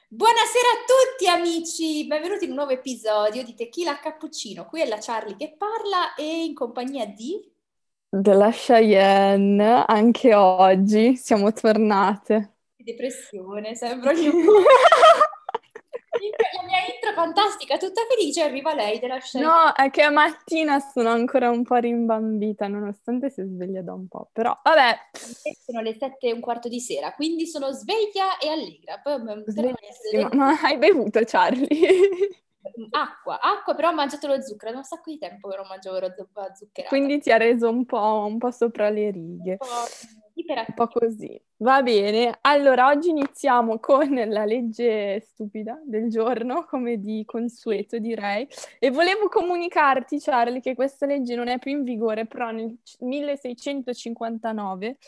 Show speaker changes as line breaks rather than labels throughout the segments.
Buonasera a tutti amici, benvenuti in un nuovo episodio di Tequila Cappuccino. Qui è la Charlie che parla e in compagnia di...
Della Cheyenne, anche oggi siamo tornate.
Depressione, sembra ogni volta. La mia intro fantastica, tutta felice, arriva lei della Sciagli.
No, è che a mattina sono ancora un po' rimbambita, nonostante si sveglia da un po'. Però, vabbè,
Sono le 7:15 di sera, quindi sono sveglia e allegra. Poi, per
sveglissima. Ma hai bevuto, Charlie?
acqua, però ho mangiato lo zucchero, da un sacco di tempo che non mangiavo lo zuccherata.
Quindi ti ha reso un po' sopra le righe.
Un po'
Un po'
iperattiva.
così. Va bene. Allora, oggi iniziamo con la legge stupida del giorno, come di consueto, direi. E volevo comunicarti, Charlie, che questa legge non è più in vigore, però nel 1659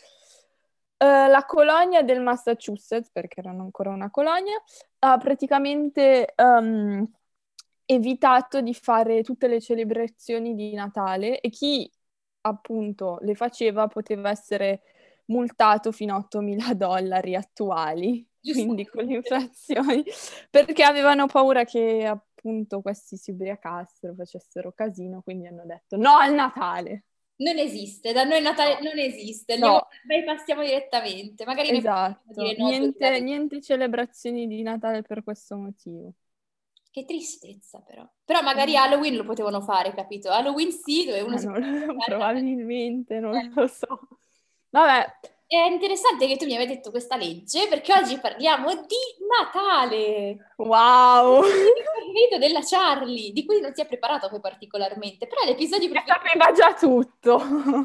la colonia del Massachusetts, perché erano ancora una colonia, ha praticamente evitato di fare tutte le celebrazioni di Natale e chi appunto le faceva poteva essere multato fino a 8.000 dollari attuali, quindi con le
Giustamente.
inflazioni, perché avevano paura che appunto questi si ubriacassero, facessero casino, quindi hanno detto no al Natale.
Non esiste, da noi il Natale
No,
non esiste,
no,
bypassiamo direttamente, magari ne possiamo
esatto,
dire no
niente,
2020.
niente celebrazioni di Natale per questo motivo.
Che tristezza però. Però magari Halloween lo potevano fare, capito? Halloween sì, dove uno si può fare
Probabilmente, non lo so. Vabbè,
È interessante che tu mi abbia detto questa legge perché oggi parliamo di Natale.
wow!
L'episodio preferito della Charlie, di cui non si è preparato poi particolarmente, però è l'episodio
Che
preferito.
sapeva già tutto.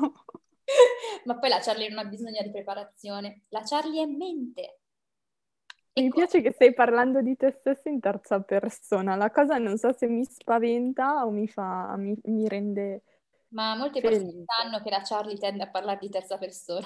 Ma poi la Charlie non ha bisogno di preparazione, la Charlie è mente. E
Mi piace che stai parlando di te stesso in terza persona. La cosa non so se mi spaventa o mi rende
ma molte persone
felice.
sanno che la Charlie tende a parlare di terza persona.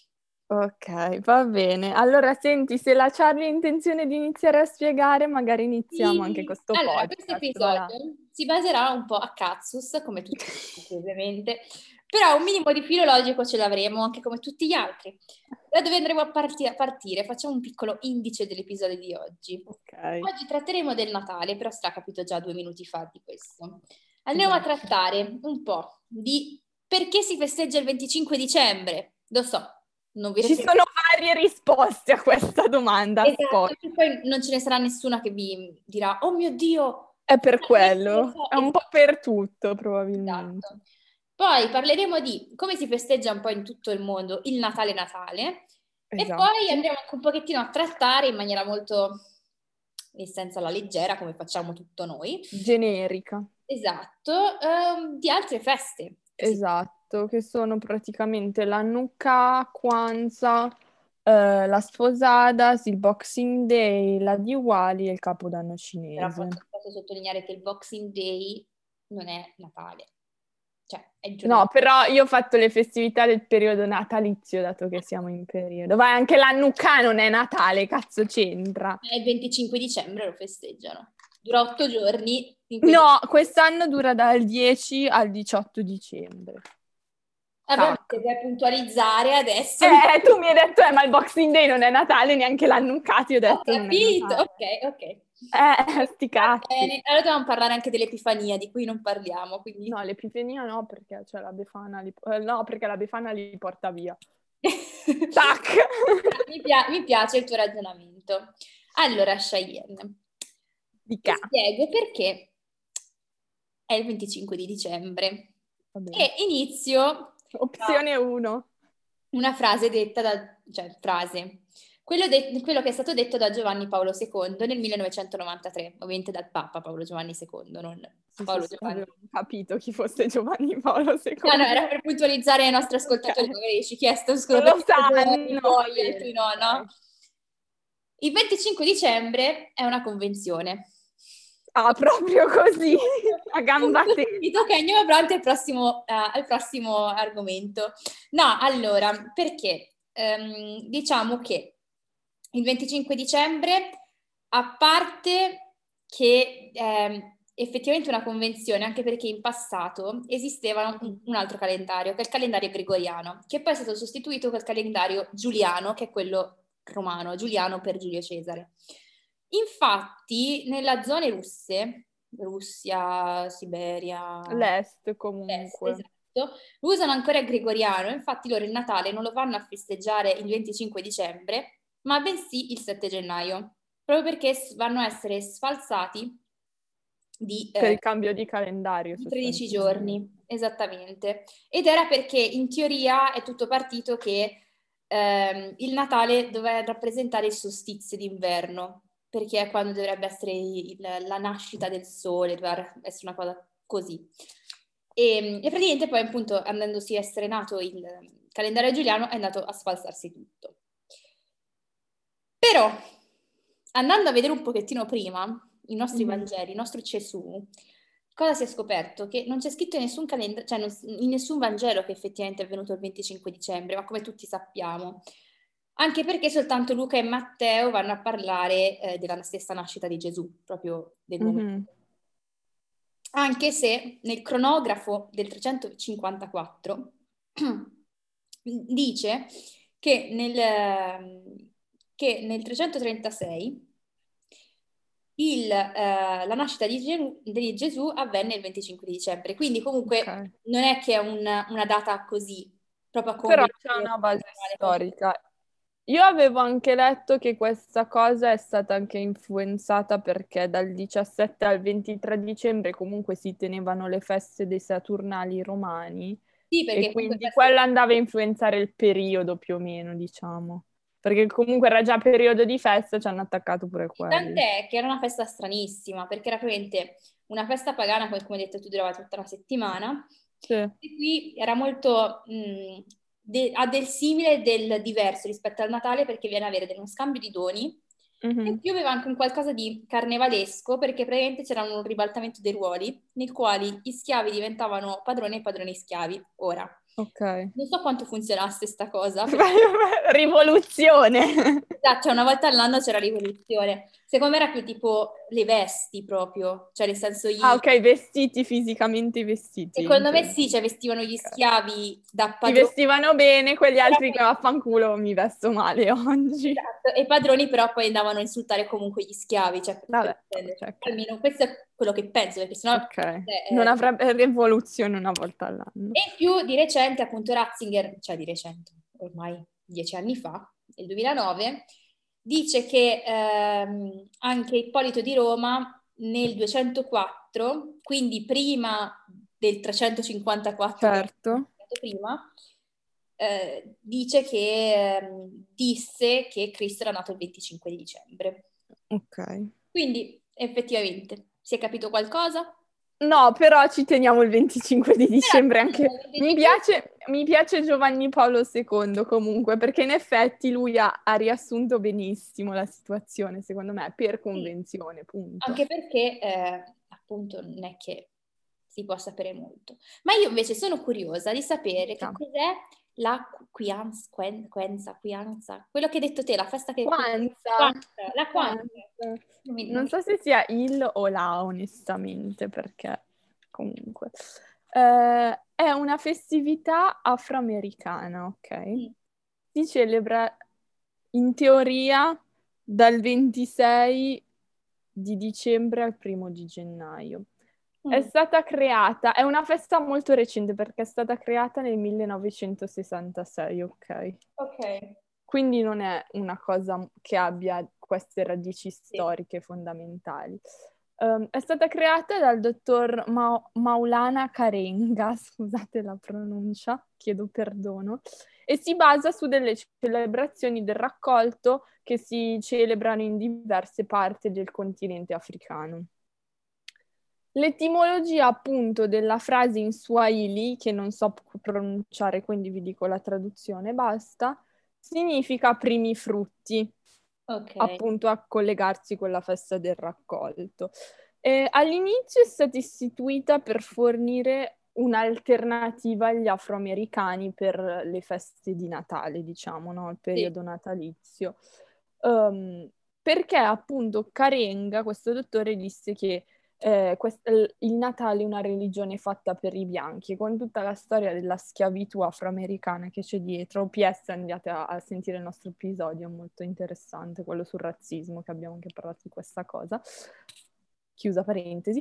Ok, va bene. Allora, senti, se la Charlie ha intenzione di iniziare a spiegare, magari iniziamo anche
Sì.
questo
Allora, questo
podcast. Va là.
episodio si baserà un po' a cazzus, come tutti gli altri, ovviamente, però un minimo di filologico ce l'avremo, anche come tutti gli altri. Da dove andremo a partire? Facciamo un piccolo indice dell'episodio di oggi.
Ok,
Oggi tratteremo del Natale, però sarà capito già 2 minuti fa di questo. Andremo a
esatto.
trattare un po' di perché si festeggia il 25 dicembre. Lo so, non vi
Ci
resti.
sono varie risposte a questa domanda,
Esatto,
spoiler.
che poi non ce ne sarà nessuna che vi dirà, oh mio Dio,
È per
lo
quello,
so.
è un po' per tutto, probabilmente.
Esatto. Poi parleremo di come si festeggia un po' in tutto il mondo il Natale Natale e poi
Esatto.
andremo anche un pochettino a trattare in maniera molto, e senza la leggera, come facciamo tutto noi,
Generica.
esatto, di altre feste.
Esatto, che sono praticamente la Hanukkah, Kwanzaa, la Sposadas, il Boxing Day, la Diwali e il Capodanno
Però
cinese.
posso sottolineare che il Boxing Day non è Natale, cioè è il giorno.
No, però io ho fatto le festività del periodo natalizio, dato che siamo in periodo. Vai, anche la Hanukkah non è Natale, cazzo c'entra?
Il 25 dicembre lo festeggiano. Dura 8 giorni, in quei
No, quest'anno dura dal 10 al 18 dicembre.
vabbè,
Tac.
se vuoi puntualizzare adesso.
Tu mi hai detto, ma il Boxing Day non è Natale, neanche l'Annuncati, ho
Ho
detto non è
capito,
Natale.
ok, ok.
Sti
Va
cazzi.
bene, allora dobbiamo parlare anche dell'Epifania, di cui non parliamo, quindi...
No, l'Epifania no, perché c'è la Befana no, perché la Befana li porta via. Tac!
Mi piace il tuo ragionamento. Allora, Cheyenne, ti
Dica.
spiego perché è il 25 di dicembre
Va bene.
e inizio da
Opzione 1.
una frase detta da, cioè frase, quello che è stato detto da Giovanni Paolo II nel 1993, ovviamente dal Papa Paolo Giovanni II, non
Sì, sì,
Paolo
sì,
Giovanni.
avevo capito chi fosse Giovanni Paolo
No, no,
II.
era per puntualizzare ai nostri
Ok.
ascoltatori, magari ci chiesto, scusa,
Non lo
perché i
sanno. Va
tuoi,
bene,
altri no, no?
ok.
Il 25 dicembre è una convenzione.
Ah, proprio così, a gamba
Punto finito.
tesa.
Ok, andiamo avanti al prossimo argomento. No, allora, perché diciamo che il 25 dicembre, a parte che effettivamente una convenzione, anche perché in passato esisteva
Mhm.
un altro calendario, che è il calendario gregoriano, che poi è stato sostituito col calendario giuliano, che è quello romano, Giuliano per Giulio Cesare. Infatti, nella zone russe, Russia, Siberia,
L'est
est,
comunque.
esatto, usano ancora il gregoriano, infatti loro il Natale non lo vanno a festeggiare il 25 dicembre, ma bensì il 7 gennaio, proprio perché vanno a essere sfalsati di,
Per il cambio di calendario
di 13
sostanzialmente.
giorni, esattamente. Ed era perché in teoria è tutto partito che il Natale doveva rappresentare il solstizio d'inverno, perché è quando dovrebbe essere la nascita del sole, doveva essere una cosa così. E praticamente poi appunto andandosi a essere nato il calendario giuliano è andato a sfalsarsi tutto. Però, andando a vedere un pochettino prima i nostri Vangeli, il nostro Gesù, cosa si è scoperto? Che non c'è scritto in nessun calendario, cioè in nessun Vangelo che effettivamente è avvenuto il 25 dicembre, ma come tutti sappiamo. Anche perché soltanto Luca e Matteo vanno a parlare della stessa nascita di Gesù, proprio del
Mhm.
momento. Anche se nel cronografo del 354 dice che nel 336 la nascita di Gesù avvenne il 25 dicembre, quindi comunque
Ok.
non è che è una data così proprio a
Però c'è
convenzione
una base
culturale.
storica. Io avevo anche letto che questa cosa è stata anche influenzata perché dal 17 al 23 dicembre comunque si tenevano le feste dei Saturnali romani
Sì,
e
perché comunque
quindi quello andava a influenzare il periodo più o meno, diciamo. Perché comunque era già periodo di festa, ci hanno attaccato pure quello.
tant'è che era una festa stranissima, perché era praticamente una festa pagana, come hai detto tu, durava tutta una settimana,
Sì.
e qui era molto, ha del simile e del diverso rispetto al Natale, perché viene a avere uno scambio di doni, e in
Mhm.
più aveva anche un qualcosa di carnevalesco, perché praticamente c'era un ribaltamento dei ruoli, nel quale gli schiavi diventavano padroni e padroni schiavi. Ora,
Ok.
non so quanto funzionasse sta cosa,
Rivoluzione.
esatto, cioè una volta all'anno c'era rivoluzione. Secondo me era più tipo le vesti proprio, cioè nel senso
Ah, ok, vestiti, fisicamente vestiti,
secondo me
intendi.
sì, cioè vestivano gli
Ok.
schiavi da
Si
padroni.
vestivano bene, quegli
Però
altri che
poi-
vaffanculo mi vesto male oggi.
esatto, e i padroni però poi andavano a insultare comunque gli schiavi, cioè per
Vabbè,
intenderci.
cioè, ok.
Almeno questo è quello che penso, perché sennò
Ok. Non avrebbe rivoluzione una volta all'anno.
e in più di recente, appunto, Ratzinger, cioè di recente, ormai 10 anni fa, nel 2009, dice che anche Ippolito di Roma nel 204, quindi prima del 354 che
Certo.
abbiamo detto prima, dice che disse che Cristo era nato il 25 di dicembre.
Ok.
Quindi effettivamente si è capito qualcosa?
No, però ci teniamo il 25 di
Però
dicembre
sì,
anche.
il 25
Mi piace Giovanni Paolo II comunque, perché in effetti lui ha riassunto benissimo la situazione, secondo me, per
sì.
convenzione, punto.
Anche perché appunto non è che si può sapere molto. Ma io invece sono curiosa di sapere che
Diciamo.
cos'è la quianza, quello che hai detto te, la festa che...
Quanza,
Quanza, la quanza.
quanza.
Non
Non
mi-
so se sia il o la, onestamente, perché comunque è una festività afroamericana, ok?
Mm,
Si celebra in teoria dal 26 di dicembre al 1° di gennaio. È
mm,
stata creata, è una festa molto recente perché è stata creata nel 1966, ok?
ok.
Quindi non è una cosa che abbia queste radici
Sì.
storiche fondamentali. È stata creata dal dottor Maulana Karenga, scusate la pronuncia, chiedo perdono, e si basa su delle celebrazioni del raccolto che si celebrano in diverse parti del continente africano. L'etimologia appunto della frase in Swahili, che non so pronunciare, quindi vi dico la traduzione, basta, significa primi frutti,
Ok.
appunto a collegarsi con la festa del raccolto. All'inizio è stata istituita per fornire un'alternativa agli afroamericani per le feste di Natale, diciamo, no? Il
Sì.
periodo natalizio. Perché appunto Karenga, questo dottore, disse che il Natale è una religione fatta per i bianchi, con tutta la storia della schiavitù afroamericana che c'è dietro. PS, andate a sentire il nostro episodio, molto interessante, quello sul razzismo, che abbiamo anche parlato di questa cosa. Chiusa parentesi.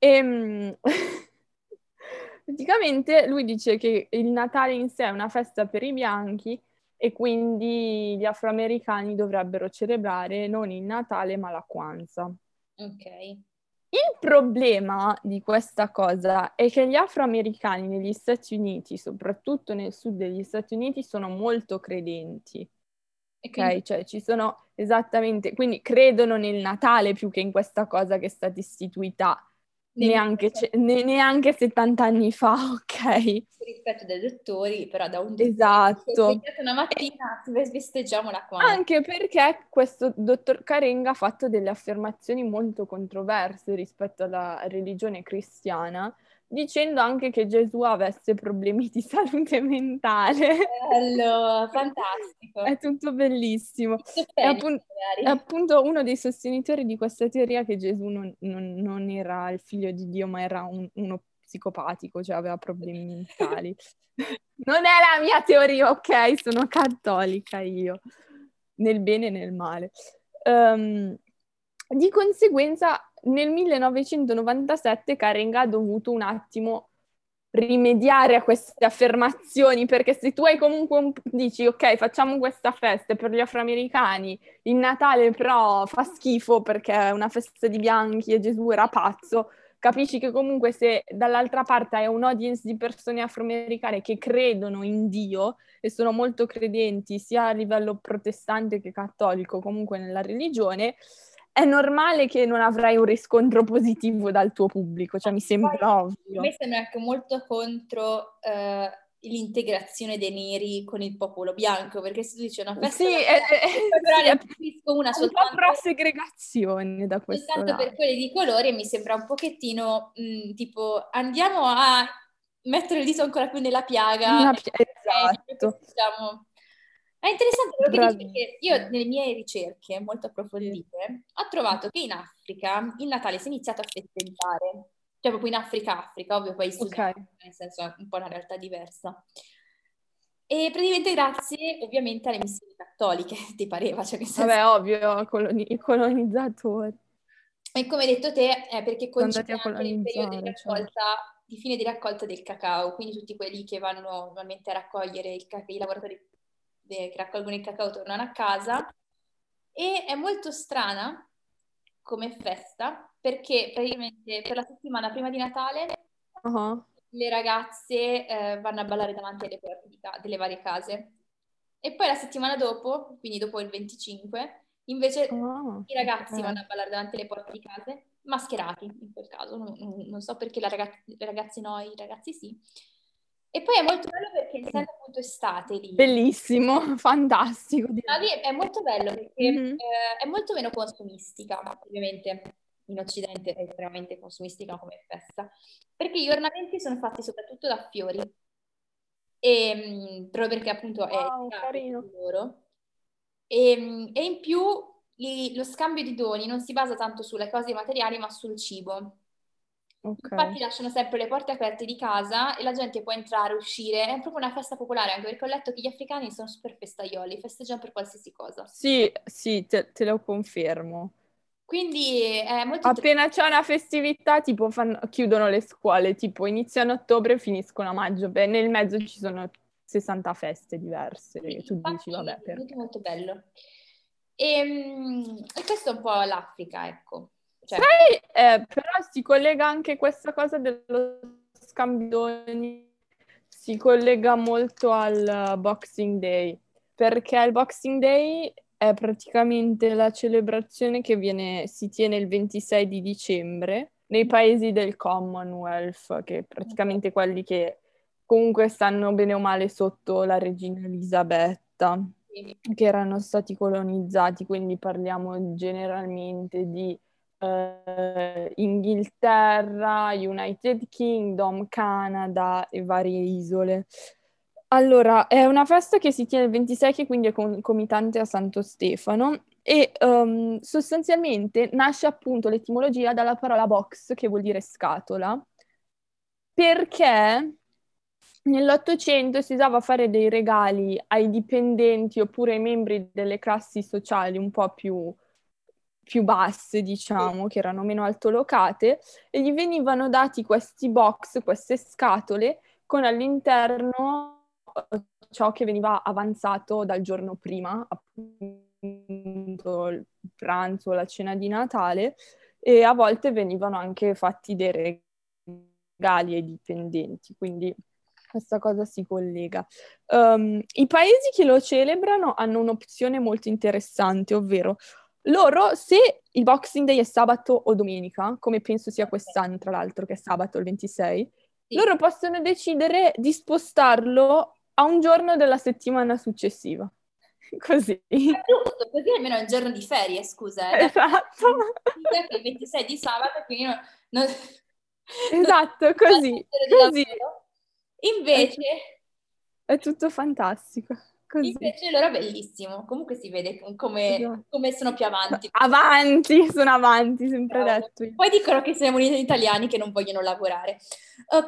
Praticamente lui dice che il Natale in sé è una festa per i bianchi e quindi gli afroamericani dovrebbero celebrare non il Natale ma la Kwanzaa.
Ok.
Il problema di questa cosa è che gli afroamericani negli Stati Uniti, soprattutto nel sud degli Stati Uniti, sono molto credenti.
E quindi
Ok, cioè ci sono esattamente, quindi credono nel Natale più che in questa cosa che è stata istituita
nel
neanche 70 anni fa, ok?
rispetto dei dottori, però da un dottore che si è
Esatto.
svegliato una mattina, festeggiamola qua.
Anche perché questo dottor Carenga ha fatto delle affermazioni molto controverse rispetto alla religione cristiana, dicendo anche che Gesù avesse problemi di salute mentale.
Bello, fantastico.
È tutto bellissimo. È,
Schizofrenico,
è
magari.
appunto uno dei sostenitori di questa teoria che Gesù non era il figlio di Dio, ma era uno psicopatico, cioè aveva problemi mentali. Non è la mia teoria, ok? Sono cattolica io, nel bene e nel male. Di conseguenza, nel 1997 Karenga ha dovuto un attimo rimediare a queste affermazioni, perché se tu hai comunque dici ok, facciamo questa festa per gli afroamericani, il Natale però fa schifo perché è una festa di bianchi e Gesù era pazzo, capisci che comunque se dall'altra parte hai un audience di persone afroamericane che credono in Dio e sono molto credenti sia a livello protestante che cattolico, comunque nella religione, è normale che non avrai un riscontro positivo dal tuo pubblico, cioè mi
Poi
sembra
a
ovvio.
me sembra anche molto contro l'integrazione dei neri con il popolo bianco, perché se tu dici una festa
Sì,
da bianchi, e poi però
sì,
ne
è
capisco una
un po' pro-segregazione da questo
soltanto per
lato.
quelli di colore, mi sembra un pochettino tipo andiamo a mettere il dito ancora più nella piaga e
Esatto,
festeggiamo. È interessante quello che dici perché io
bravissimo.
nelle mie ricerche molto
Sì.
approfondite ho trovato che in Africa il Natale si è iniziato a festeggiare, cioè proprio in Africa, Africa, ovvio poi
Ok.
Sudafrica, nel senso è un po' una realtà diversa. E praticamente grazie ovviamente alle missioni cattoliche, ti pareva, cioè che senso.
Vabbè, ovvio, i colonizzatori
E come hai detto te, è perché
sono
coincide
andati a
anche il periodo
colonizzare, certo.
di fine di raccolta del cacao, quindi tutti quelli che vanno normalmente a raccogliere i lavoratori che raccolgono il cacao tornano a casa e è molto strana come festa perché praticamente per la settimana prima di Natale
Ah,
le ragazze vanno a ballare davanti alle porte delle varie case e poi la settimana dopo, quindi dopo il 25, invece i ragazzi vanno
ok.
a ballare davanti alle porte di case, mascherati in quel caso, non so perché le ragazze no, i ragazzi sì. E poi è molto bello perché essendo appunto estate lì,
Bellissimo, fantastico,
lì
direi.
è molto bello perché
Mhm.
è molto meno consumistica, ovviamente in Occidente è estremamente consumistica come festa, perché gli ornamenti sono fatti soprattutto da fiori, proprio perché appunto è
Wow,
estate
carino.
per loro. E in più lo scambio di doni non si basa tanto sulle cose materiali, ma sul cibo.
Ok.
Infatti lasciano sempre le porte aperte di casa e la gente può entrare, uscire. È proprio una festa popolare, anche perché ho letto che gli africani sono super festaioli, festeggiano per qualsiasi cosa.
Sì, sì, te lo confermo.
Quindi è molto
Appena
interessante.
c'è una festività, tipo chiudono le scuole, tipo iniziano a ottobre e finiscono a maggio. Beh, nel mezzo ci sono 60 feste diverse. E
Sì,
tu dici,
infatti
vabbè,
è molto
perché?
molto bello. E questo è un po' l'Africa, ecco. Cioè,
Sai, però si collega anche questa cosa dello scambio, si collega molto al Boxing Day, perché il Boxing Day è praticamente la celebrazione che si tiene il 26 di dicembre nei paesi del Commonwealth, che praticamente quelli che comunque stanno bene o male sotto la regina Elisabetta,
sì.
che erano stati colonizzati, quindi parliamo generalmente di Inghilterra, United Kingdom, Canada e varie isole. Allora, è una festa che si tiene il 26, che quindi è concomitante a Santo Stefano, E sostanzialmente nasce appunto l'etimologia dalla parola box, che vuol dire scatola, perché nell'Ottocento si usava fare dei regali ai dipendenti oppure ai membri delle classi sociali un po' più basse, diciamo, che erano meno altolocate, e gli venivano dati questi box, queste scatole, con all'interno ciò che veniva avanzato dal giorno prima, appunto il pranzo, la cena di Natale, e a volte venivano anche fatti dei regali ai dipendenti, quindi questa cosa si collega. I paesi che lo celebrano hanno un'opzione molto interessante, ovvero loro, se il Boxing Day è sabato o domenica, come penso sia quest'anno, tra l'altro, che è sabato il 26,
Sì.
loro possono decidere di spostarlo a un giorno della settimana successiva. Così.
È giusto, così almeno è un giorno di ferie, scusa, da
Esatto.
che il 26 di sabato, quindi non, non
Esatto,
fa il
così,
giorno di
così.
lavoro.
È,
Invece,
tu- è tutto fantastico, così.
invece loro è bellissimo, comunque si vede
Esatto.
come sono più avanti.
Avanti, sono avanti, sempre
Cavolo.
detto io.
Poi dicono che siamo gli italiani che non vogliono lavorare. Ok,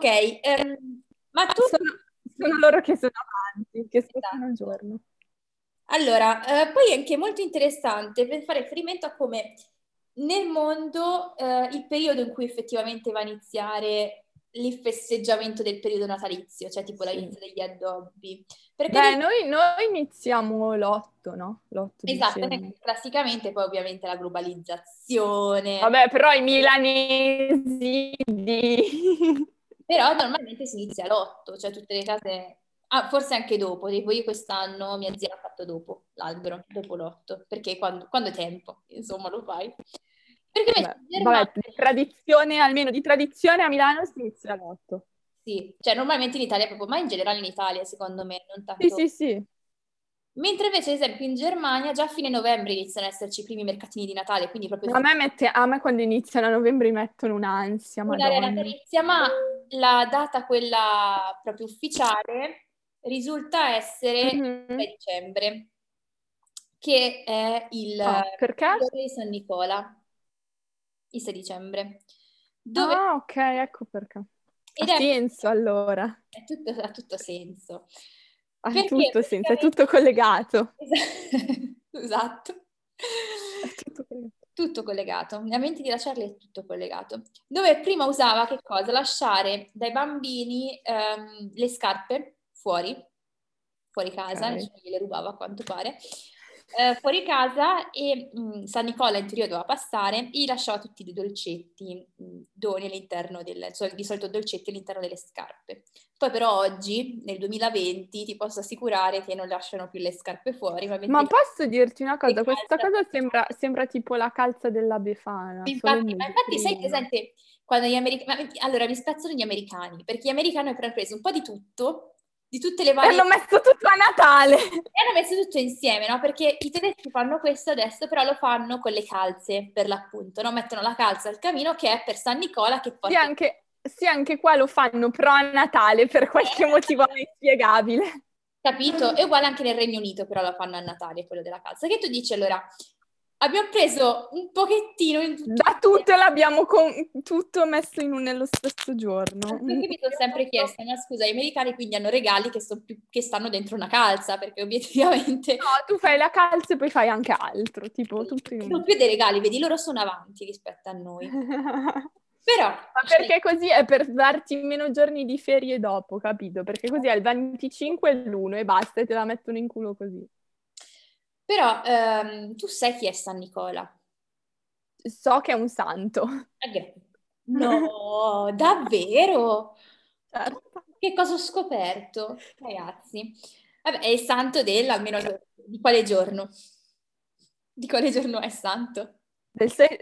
ma tu...
Sono loro che sono avanti, che spostano il
Esatto.
giorno.
Allora, poi è anche molto interessante per fare riferimento a come nel mondo il periodo in cui effettivamente va a iniziare il festeggiamento del periodo natalizio, cioè tipo
Sì.
l'inizio degli addobbi. Perché
Beh, noi iniziamo l'8, no? L'8
esatto,
dicembre.
classicamente poi ovviamente la globalizzazione,
Vabbè, però i milanesi di...
però normalmente si inizia l'8, cioè tutte le case, ah, forse anche dopo, tipo io quest'anno mia zia l'ha fatto dopo l'albero, dopo l'8, perché quando è tempo, insomma, lo fai. Perché invece
Vabbè,
in
vabbè,
Germania,
di tradizione, almeno di tradizione a Milano si inizia l'8.
sì, cioè normalmente in Italia proprio, ma in generale in Italia secondo me, non
Sì,
tanto.
sì, sì.
Mentre invece ad esempio in Germania già a fine novembre iniziano ad esserci i primi mercatini di Natale, quindi proprio
A me quando iniziano a novembre mi mettono un'ansia,
un'area
Madonna.
natalizia, ma la data, quella proprio ufficiale, risulta essere il 3
Mhm.
dicembre, che è
Ah, perché?
il giorno di San Nicola, il 6 dicembre, dove,
Ah, ok, ecco perché. Ha
ed è,
senso allora.
ha tutto senso,
Ha
perché
tutto senso, è tutto collegato.
esatto.
È tutto collegato.
Tutto collegato, la mente di lasciarli è tutto collegato. Dove prima usava che cosa? Lasciare dai bambini le scarpe fuori casa,
Ok.
nessuno gliele rubava a quanto pare, fuori casa e San Nicola in teoria doveva passare e gli lasciava tutti dei dolcetti, doni all'interno di solito dolcetti all'interno delle scarpe. Poi però oggi, nel 2020, ti posso assicurare che non lasciano più le scarpe fuori, ma
Ma
mentre
posso dirti una
le
cosa? Questa
calze.
cosa sembra tipo la calza della Befana, solo in
Ma infatti sai
vetrina.
presente quando gli americani... Allora, mi spazzano gli americani, perché gli americani hanno preso un po' di tutto, di tutte le
E
varie...
hanno messo tutto a Natale!
E hanno messo tutto insieme, no? Perché i tedeschi fanno questo adesso, però lo fanno con le calze, per l'appunto, no? Mettono la calza al camino che è per San Nicola che
Sì,
porta...
anche qua lo fanno, però a Natale per qualche motivo inspiegabile.
Capito? È uguale anche nel Regno Unito, però la fanno a Natale, quello della calza. Che tu dici allora? Abbiamo preso un pochettino in tutto
Da
insieme.
tutto l'abbiamo tutto messo nello stesso giorno.
Perché mi sono sempre chiesta, ma scusa, gli americani quindi hanno regali che stanno dentro una calza, perché obiettivamente
No, tu fai la calza e poi fai anche altro, tipo tutto in
sono
uno.
più dei regali, vedi, loro sono avanti rispetto a noi. Però,
Ma perché così è per darti meno giorni di ferie dopo, capito? Perché così è il 25 e l'1 e basta, e te la mettono in culo così.
tu sai chi è San Nicola?
So che è un santo.
No, davvero?
Certo.
Che cosa ho scoperto, ragazzi? Vabbè, è il santo almeno di quale giorno? Di quale giorno è santo?
Del se-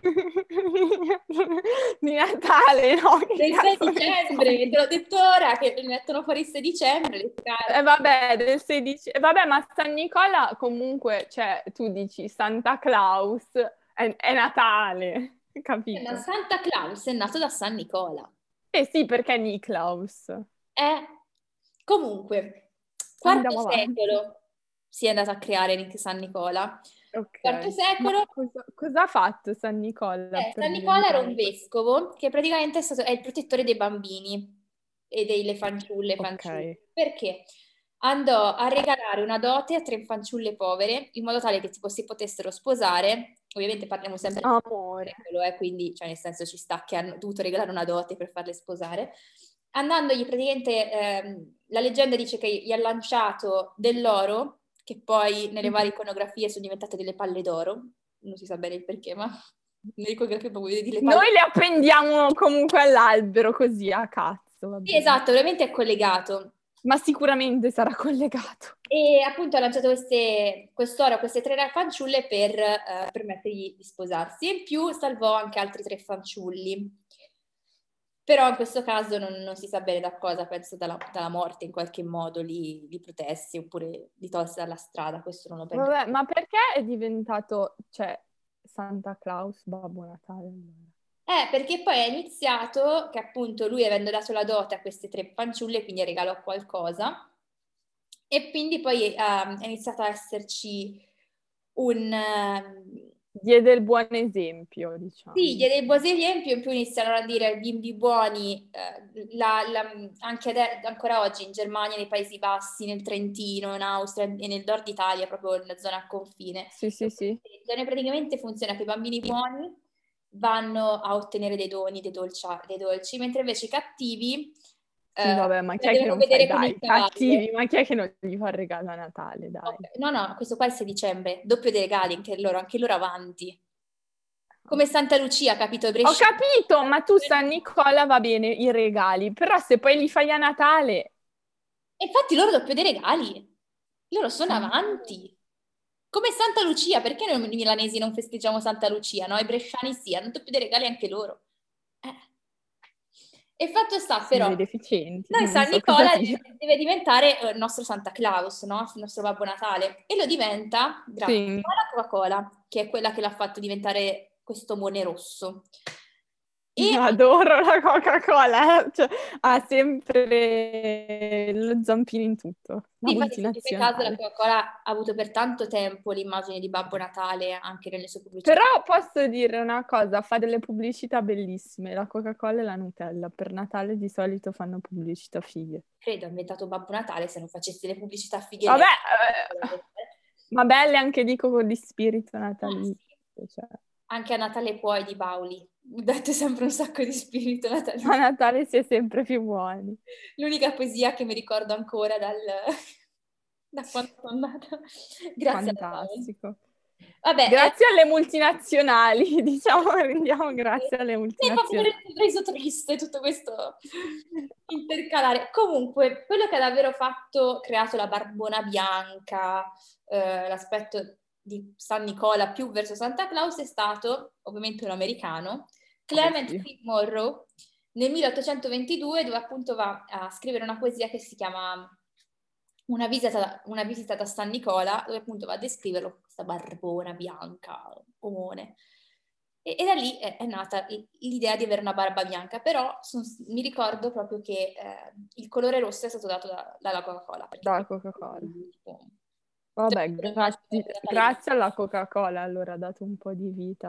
di Natale, no? Che
Del 6
cazzo ne so.
dicembre, te l'ho detto ora che mettono fuori il 6 dicembre le
E
scarpe.
vabbè, del 16... E vabbè, ma San Nicola comunque, cioè, tu dici Santa Claus, è Natale,
Ma
capito?
Santa Claus è nato da San Nicola.
Eh sì, perché è Niklaus.
Eh, comunque, quarto
Andiamo avanti.
secolo si è andato a creare San Nicola.
Ok.
IV
Ma
secolo.
cosa ha fatto San Nicola per
San Nicola era un
diventare questo?
vescovo che praticamente è il protettore dei bambini e delle fanciulle e
Ok.
fanciulli. Perché? Andò a regalare una dote a tre fanciulle povere in modo tale che tipo, si potessero sposare. Ovviamente parliamo sempre del
Amore.
secolo, quindi cioè, nel senso ci sta che hanno dovuto regalare una dote per farle sposare. Andandogli praticamente, la leggenda dice che gli ha lanciato dell'oro, che poi nelle varie iconografie sono diventate delle palle d'oro. Non si sa bene il perché, ma nelle iconografie proprio vedi le palle.
Noi le appendiamo comunque all'albero così a cazzo, va
Sì,
bene.
esatto, ovviamente è collegato.
Ma sicuramente sarà collegato.
E appunto ha lanciato quest'oro a queste tre fanciulle per permettergli di sposarsi. E in più salvò anche altri tre fanciulli. Però in questo caso non si sa bene da cosa, penso dalla morte in qualche modo li protesse oppure li tolse dalla strada, questo non lo penso.
Vabbè, ma perché è diventato, cioè, Santa Claus Babbo Natale? Allora?
Perché poi è iniziato che appunto lui avendo dato la dote a queste tre fanciulle, quindi regalò qualcosa, e quindi poi è iniziato a esserci un...
Diede il buon esempio,
sì,
diciamo.
diede il buon esempio, in più iniziano a dire bimbi buoni, anche ancora oggi in Germania, nei Paesi Bassi, nel Trentino, in Austria e nel nord Italia, proprio nella zona a confine.
Sì, sì, sì.
Praticamente funziona che i bambini buoni vanno a ottenere dei doni, dei dolci, mentre invece i cattivi
Sì, vabbè, ma chi
la
è che
devono
non fa,
vedere con il
dai,
cavallo.
cattivi, ma chi è che non gli fa il regalo a Natale, dai.
Ok, no, no, questo qua è il 6 dicembre, doppio dei regali, anche loro avanti. Come Santa Lucia, capito?
Ho
Brescia.
capito, ma tu San Nicola va bene i regali, però se poi li fai a Natale...
E infatti loro doppio dei regali, loro sono
Ah.
avanti. Come Santa Lucia, perché noi milanesi non festeggiamo Santa Lucia, no? I bresciani sì, hanno doppio dei regali anche loro. Eh. E fatto sta
Si
però,
vede efficienti,
noi
non
San
so cosa
Nicola
dire.
deve diventare il nostro Santa Claus, no? Il nostro Babbo Natale. E lo diventa grazie
Sì.
alla Coca-Cola, che è quella che l'ha fatto diventare questo mone rosso. E
Adoro la Coca-Cola, cioè, ha sempre lo zampino in tutto, la
sì, infatti, se ci fai caso, la
multinazionale.
Coca-Cola ha avuto per tanto tempo l'immagine di Babbo Natale anche nelle sue pubblicità.
Però posso dire una cosa, fa delle pubblicità bellissime, la Coca-Cola e la Nutella. Per Natale di solito fanno pubblicità fighe.
Credo ha inventato Babbo Natale se non facessi le pubblicità fighe
Vabbè,
lei.
ma belle anche dico con di spirito
Sì.
natalizio, cioè.
Anche a Natale puoi di Bauli. Date sempre un sacco di spirito
A
natalizio.
Natale si è sempre più buoni.
L'unica poesia che mi ricordo ancora da quando sono nata. Grazie a Paolo.
Fantastico.
Vabbè,
Grazie alle multinazionali, diciamo, rendiamo grazie alle
mi hai proprio
multinazionali.
reso triste tutto questo intercalare. Comunque, quello che ha davvero creato la Barbona Bianca, l'aspetto di San Nicola più verso Santa Claus è stato ovviamente un americano, Clement
Ovvio.
T. Monroe, nel 1822, dove appunto va a scrivere una poesia che si chiama una visita da San Nicola, dove appunto va a descriverlo, questa barbona bianca, omone. E da lì è nata l'idea di avere una barba bianca, però mi ricordo proprio che il colore rosso è stato dato dalla Coca-Cola, perché
Dalla Coca-Cola.
tipo,
Vabbè,
potrebbero immaginare
grazie,
il Natale.
grazie alla Coca-Cola allora ha dato un po'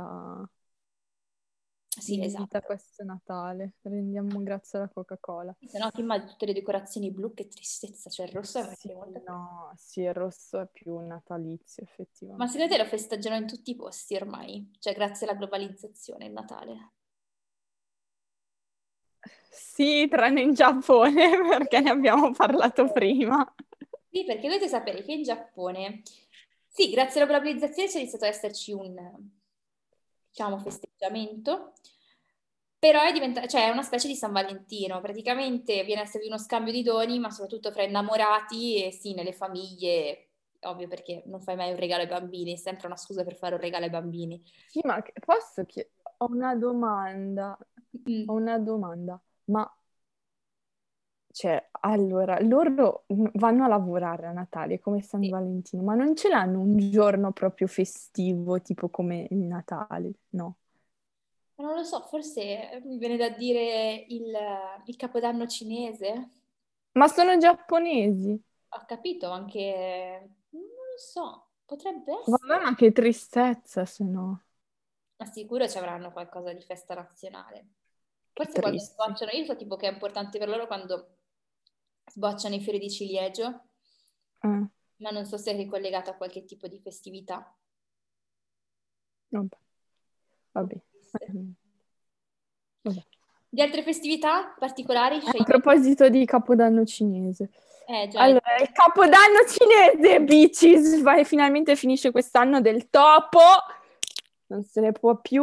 Sì,
di vita a
esatto.
questo Natale. Rendiamo grazie alla Coca-Cola.
Se no ti immagini tutte le decorazioni blu, che tristezza, cioè il rosso è
Sì,
molto triste.
no, sì, il rosso è più natalizio,
Ma secondo
effettivamente.
te lo festeggiano in tutti i posti ormai? Cioè grazie alla globalizzazione il Natale?
Sì, tranne in Giappone, perché ne abbiamo parlato prima.
Sì, perché dovete sapere che in Giappone, sì, grazie alla globalizzazione c'è iniziato ad esserci un, diciamo, festeggiamento, però cioè, è una specie di San Valentino, praticamente viene a essere uno scambio di doni, ma soprattutto fra innamorati e sì, nelle famiglie, ovvio perché non fai mai un regalo ai bambini, è sempre una scusa per fare un regalo ai bambini.
Sì, ma posso chiedere? Ho una domanda. Ho
Mm.
una domanda. Ma, cioè, allora, loro vanno a lavorare a Natale come San
Sì.
Valentino, ma non ce l'hanno un giorno proprio festivo, tipo come il Natale, no?
Ma non lo so, forse mi viene da dire il Capodanno cinese.
Ma sono giapponesi.
Ho capito anche, non lo so, Potrebbe essere.
Vabbè, ma che tristezza, se no.
Ma sicuro ci avranno qualcosa di festa nazionale.
Che
Forse quando
tristi.
sbocciano, io so tipo che è importante per loro quando sbocciano i fiori di ciliegio,
Eh,
ma non so se è ricollegato a qualche tipo di festività.
vabbè, vabbè. Vabbè.
Di altre festività particolari?
A proposito di Capodanno cinese.
Già,
Allora, il Capodanno cinese, bitches, finalmente finisce quest'anno del topo. Non se ne può più.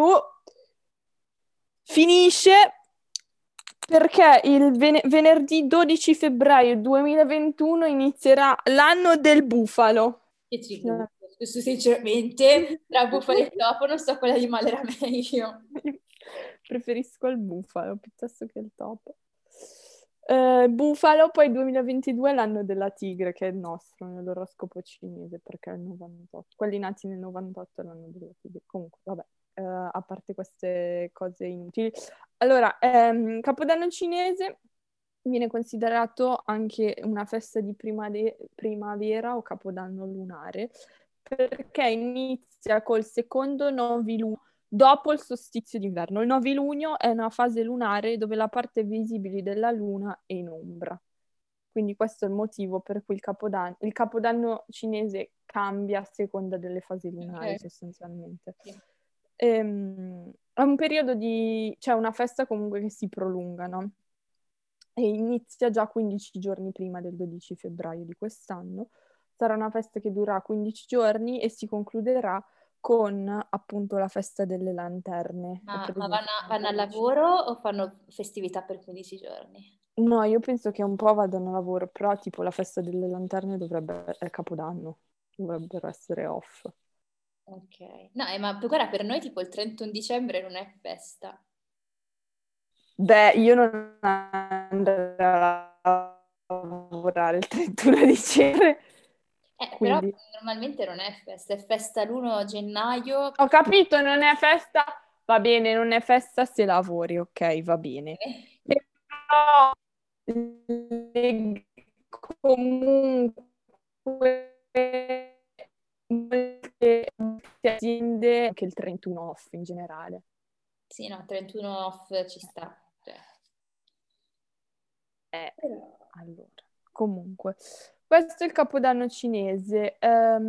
Finisce perché il venerdì 12 febbraio 2021 inizierà l'anno del bufalo.
che ci gusto. Questo sinceramente, tra bufalo e topo non so quale animale era meglio.
Preferisco il bufalo piuttosto che il topo. Bufalo, poi 2022 è l'anno della tigre, che è il nostro, nell'oroscopo cinese, perché è il 98. Quelli nati nel 98 è l'anno della tigre. Comunque, vabbè, a parte queste cose inutili. Allora, Capodanno cinese viene considerato anche una festa di primavera o Capodanno lunare, perché inizia col secondo novilunio dopo il solstizio d'inverno. Il novilunio è una fase lunare dove la parte visibile della luna è in ombra. Quindi questo è il motivo per cui il capodanno cinese cambia a seconda delle fasi lunari,
Ok.
sostanzialmente.
Sì.
È un periodo cioè una festa comunque che si prolunga, no? E inizia già 15 giorni prima del 12 febbraio di quest'anno. Sarà una festa che durerà 15 giorni e si concluderà con appunto la festa delle lanterne. È
Ma
presente?
vanno al lavoro o fanno festività per 15 giorni?
No, io penso che un po' vadano a lavoro, però tipo la festa delle lanterne è Capodanno, dovrebbero essere off.
Ok. No, ma guarda, per noi tipo il 31 dicembre non è festa.
Beh, io non andrò a lavorare il 31 dicembre,
Però
quindi...
normalmente non è festa l'1 gennaio.
Ho capito, non è festa, va bene, non è festa se lavori, ok, va bene. Però comunque molte aziende anche il 31 off in generale.
Sì, no, 31 off ci sta. Cioè. Però-
Allora, comunque, questo è il Capodanno cinese.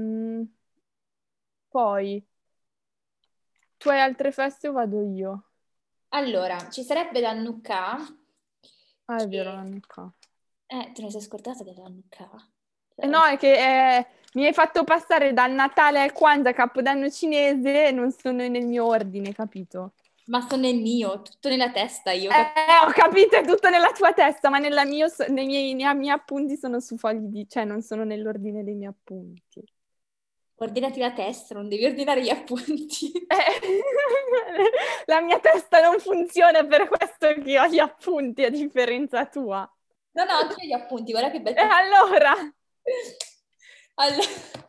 Poi, tu hai altre feste o vado io?
Allora, ci sarebbe la Hanukkah,
Ah, è vero,
che...
l'anno fa.
Te ne sei scordata della Hanukkah?
No, è che mi hai fatto passare dal Natale al Kwanzaa, Capodanno cinese, e non sono nel mio ordine, capito?
Ma sono nel mio, tutto nella testa io.
Ho capito, è tutto nella tua testa, ma nei miei appunti sono su fogli cioè non sono nell'ordine dei miei appunti.
Ordinati la testa, non devi ordinare gli appunti.
La mia testa non funziona per questo che ho gli appunti, a differenza tua.
No, no, anche io gli appunti, guarda che bel
E allora?
Allora,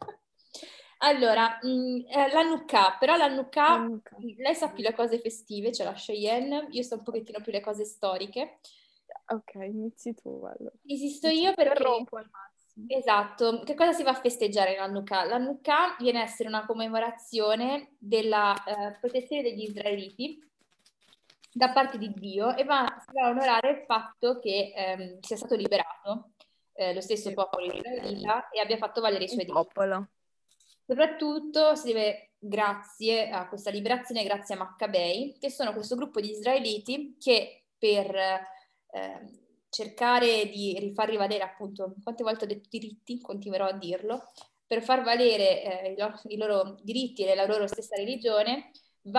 la Hanukkah, però la Hanukkah,
Amica.
lei sa più le cose festive, ce la Cheyenne, io so un
Ok,
pochettino più le cose storiche.
ok, inizi tu allora.
Esisto
Io ti
io perché,
interrompo al massimo.
esatto, che cosa si va a festeggiare l'Hanukkah? L'Hanukkah viene a essere una commemorazione della protezione degli israeliti da parte di Dio e si va a onorare il fatto che sia stato liberato lo stesso
Sì,
popolo israelita e abbia fatto valere i
un
suoi diritti.
popolo.
Soprattutto si deve, grazie a questa liberazione, grazie a Maccabei, che sono questo gruppo di israeliti che per cercare di rifar rivalere, appunto, quante volte ho detto diritti, continuerò a dirlo, per far valere i loro diritti e la loro stessa religione,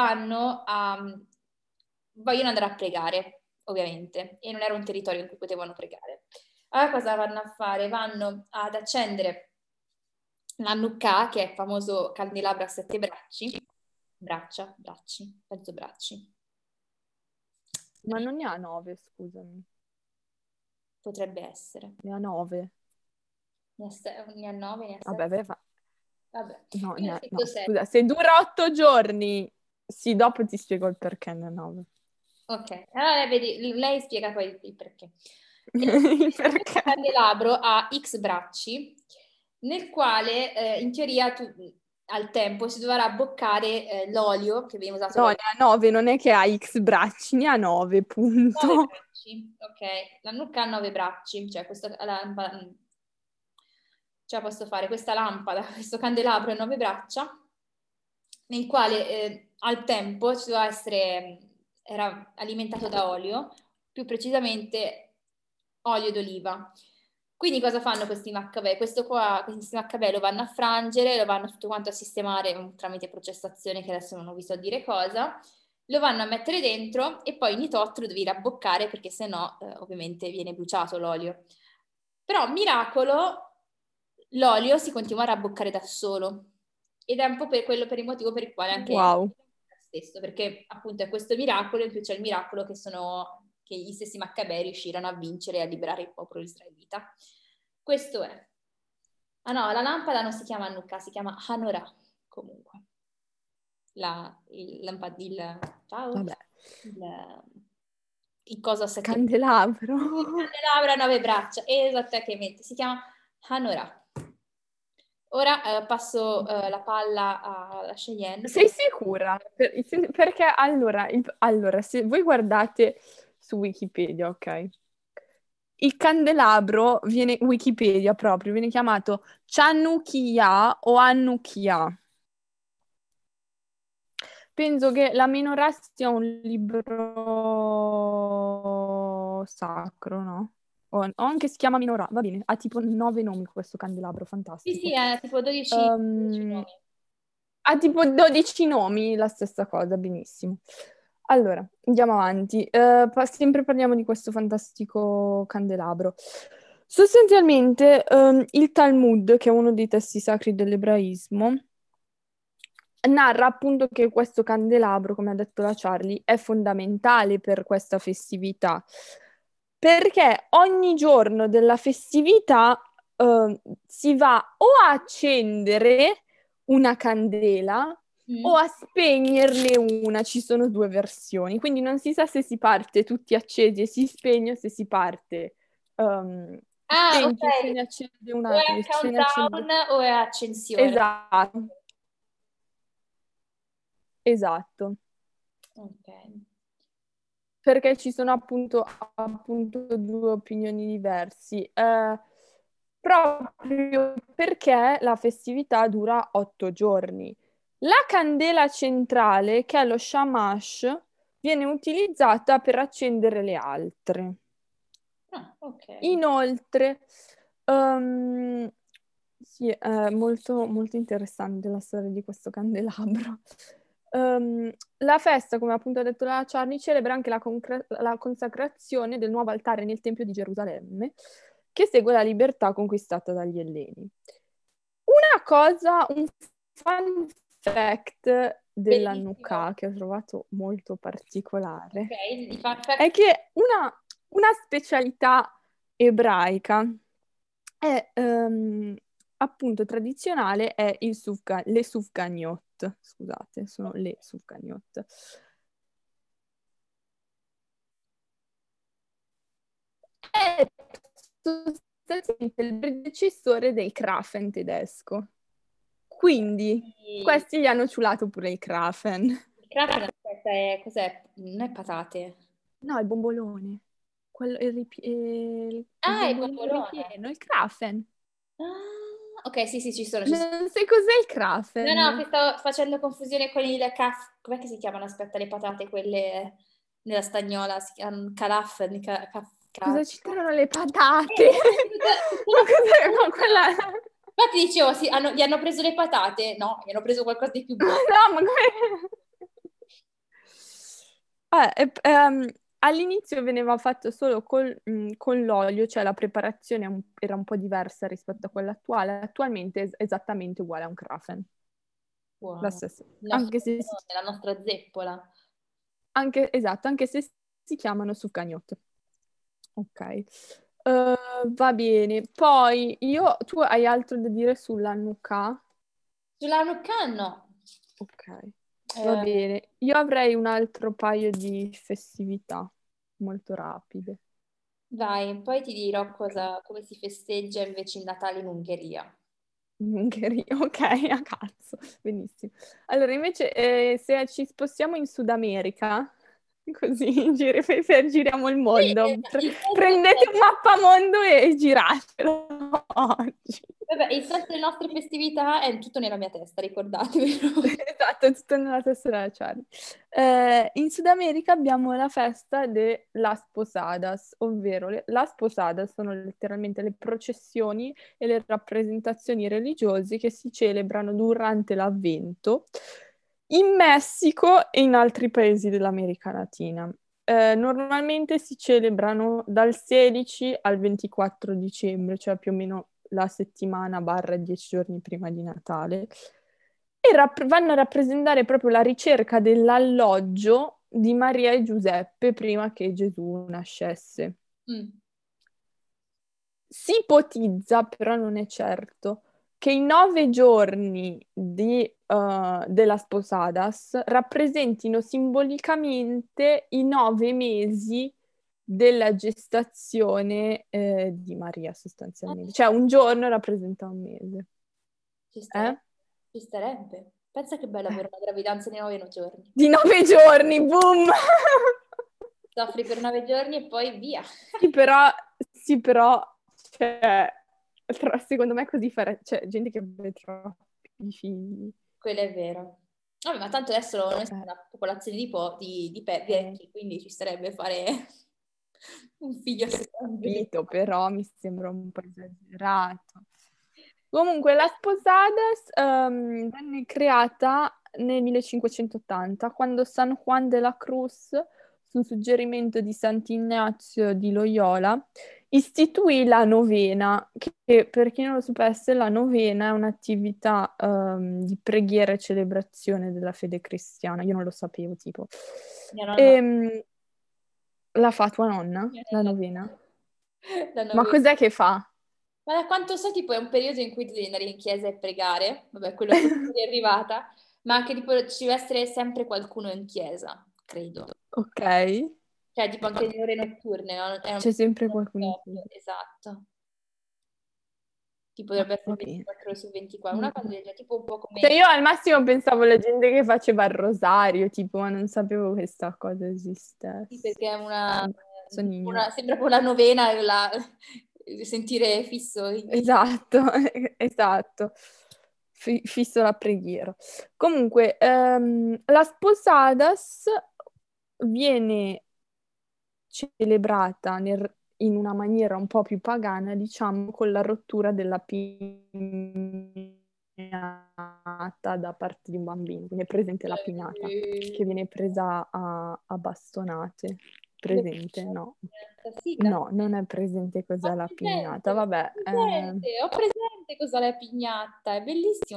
vogliono andare a pregare, ovviamente, e non era un territorio in cui potevano pregare. Allora cosa vanno a fare? Vanno ad accendere l'Hanukkah, che è il famoso candelabro a sette bracci, penso bracci.
Ma non ne ha 9, scusami.
Potrebbe essere.
Ne ha 9.
Ne ha 9, ne ha
Vabbè,
7.
Vabbè.
Vabbè,
No,
io ne ho
no,
scritto 7.
scusa, se dura 8 giorni, sì, dopo ti spiego il perché ne ha 9.
Ok, allora vedi, lei spiega poi il perché. E
Il
questo
perché?
candelabro ha X bracci, nel quale in teoria al tempo si dovrà abboccare l'olio che viene usato
No, ne ha 9, non è che ha X bracci, ne ha 9,
9
punto.
bracci, ok. La mucca ha 9 bracci, cioè questa lampada, cioè posso fare questa lampada, questo candelabro a 9 braccia, nel quale al tempo ci doveva essere, era alimentato da olio, più precisamente olio d'oliva. Quindi cosa fanno questi maccabè? Questi maccabè lo vanno a frangere, lo vanno tutto quanto a sistemare tramite processazione, che adesso non ho visto a dire cosa, lo vanno a mettere dentro e poi ogni tot lo devi rabboccare perché sennò ovviamente viene bruciato l'olio. Però, miracolo, l'olio si continua a rabboccare da solo ed è un po' per il motivo per il quale anche
Wow.
stesso, perché appunto è questo miracolo, in più c'è il miracolo che gli stessi Maccabei riuscirono a vincere e a liberare il popolo israelita. Questo è. Ah no, la lampada non si chiama Hanukkah, si chiama Hanorah, comunque. Ciao,
Vabbè,
il coso a sette
candelabro.
il candelabro a 9 braccia, esattamente, si chiama Hanorah. Ora passo la palla alla Cheyenne.
Sei sicura? Perché allora, se voi guardate su Wikipedia, ok? Il candelabro viene, Wikipedia proprio, viene chiamato Chanukia o Annukia. Penso che la Menorah sia un libro sacro, no? O anche si chiama Menorah, va bene, ha tipo 9 nomi questo candelabro,
Sì, sì,
fantastico.
è tipo 12 nomi.
Ha tipo 12 nomi, la stessa cosa, benissimo. Allora, andiamo avanti. Sempre parliamo di questo fantastico candelabro. Sostanzialmente, il Talmud, che è uno dei testi sacri dell'ebraismo, narra appunto che questo candelabro, come ha detto la Charlie, è fondamentale per questa festività, perché ogni giorno della festività si va o a accendere una candela o
Mm.
a spegnerne una. Ci sono due versioni, quindi non si sa se si parte tutti accesi e si spegne o se si parte
Ah, ok.
spenti e se ne accende
O
una.
è a
E se ne accende...
countdown o è a accensione.
Esatto, esatto.
Ok.
Perché ci sono appunto due opinioni diverse. Proprio perché la festività dura 8 giorni. La candela centrale, che è lo shamash, viene utilizzata per accendere le altre.
Ah, ok.
Inoltre, ehm, sì, è molto, molto interessante la storia di questo candelabro. La festa, come appunto ha detto la Charlie, celebra anche la consacrazione del nuovo altare nel Tempio di Gerusalemme, che segue la libertà conquistata dagli Elleni. Una cosa, un fun fact
Bellissimo.
dell'Hanukkah che ho trovato molto
Ok,
particolare
di fun fact.
è che una specialità ebraica è appunto tradizionale è le sufganiot. Scusate, sono le sufganiot. È sostanzialmente il predecessore del Krafen tedesco. Quindi
Il
questi gli hanno ciulato pure il Krafen.
cracker, aspetta, cos'è? Non è patate.
No, il bombolone. Il
Ah, è
bombolone
bombolone.
ripieno, il Krafen.
Ah, ok, sì, sì, ci sono, ci sono.
Non sai cos'è il
No, no,
Krafen?
che stavo facendo confusione con il com'è che si chiamano? Aspetta, le patate, quelle nella stagnola, si chiamano calaf,
Cosa c'entrano le patate? Ma
Tutte
cos'è con quella...
infatti dicevo, sì, gli hanno preso le patate? No, gli hanno preso qualcosa di più buono.
No, ma come... All'inizio veniva fatto solo con l'olio, cioè la preparazione era un po' diversa rispetto a quella attuale. Attualmente è esattamente uguale a un Krafen. La
Buono.
stessa.
Il nostro bombolone, la nostra zeppola.
Esatto, anche se si chiamano sucagnotte. Ok. Va bene. Poi tu hai altro da dire sulla Nuka?
Sulla Hanukkah no.
Ok, va
Eh,
bene. Io avrei un altro paio di festività molto rapide.
vai, poi ti dirò
Ok.
come si festeggia invece il Natale in Ungheria.
In Ungheria, ok, a cazzo, benissimo. Allora, invece, se ci spostiamo in Sud America, così giriamo il mondo,
Il senso
prendete un mappamondo e giratelo oggi.
vabbè, il senso delle nostre festività è tutto nella mia testa, ricordatevelo.
Esatto, è tutto nella testa della Charlie. In Sud America abbiamo la festa de Las Posadas, ovvero Las Posadas sono letteralmente le processioni e le rappresentazioni religiose che si celebrano durante l'Avvento in Messico e in altri paesi dell'America Latina. Normalmente si celebrano dal 16 al 24 dicembre, cioè più o meno la settimana barra 10 giorni prima di Natale, e vanno a rappresentare proprio la ricerca dell'alloggio di Maria e Giuseppe prima che Gesù nascesse.
Mm.
Si ipotizza, però non è certo, che i 9 giorni della Sposadas rappresentino simbolicamente i 9 mesi della gestazione di Maria, sostanzialmente. Cioè un giorno rappresenta un mese.
Ci starebbe. Ci starebbe. Pensa che bello avere una gravidanza di 9 giorni.
Di 9 giorni, boom!
Soffri per 9 giorni e poi via.
Sì, però, cioè, secondo me così c'è gente che avrebbe troppi figli.
Quello è vero. Vabbè, ma tanto adesso noi siamo una popolazione di vecchi, quindi ci starebbe fare un figlio a seconda.
Capito, però mi sembra un po' esagerato. Comunque, la Sposadas venne creata nel 1580, quando San Juan de la Cruz, su suggerimento di Sant'Ignazio di Loyola, istituì la novena, che per chi non lo sapesse, la novena è un'attività di preghiera e celebrazione della fede cristiana. Io non lo sapevo, tipo.
Mia nonna.
La fa tua nonna,
Mia
la
nonna.
novena?
La
Ma
novena.
cos'è che fa?
Ma da quanto so, tipo, è un periodo in cui tu devi andare in chiesa e pregare, vabbè, quello che è arrivata, ma che tipo ci deve essere sempre qualcuno in chiesa, credo.
Ok,
Cioè, tipo anche nelle ore notturne, no? È un
c'è sempre
non
qualcuno in
stop,
più.
esatto. Tipo dovrebbe essere
Va bene.
24 ore su 24,
Mm.
una cosa del genere, tipo un po'
Cioè
come...
io al massimo pensavo alla gente che faceva il rosario, tipo, ma non sapevo che questa cosa
Sì,
esistesse.
perché è
Vabbè, sono ignorante.
sembra proprio la novena, sentire fisso.
Esatto, esatto. Fisso la preghiera. Comunque, la Sposadas viene celebrata in una maniera un po' più pagana, diciamo, con la rottura della piñata da parte di un bambino. Quindi è presente la piñata, che viene presa a bastonate. Presente? No.
Sì,
No, non è presente cos'è la piñata. Vabbè.
ho presente cosa è la pignatta, è bellissima.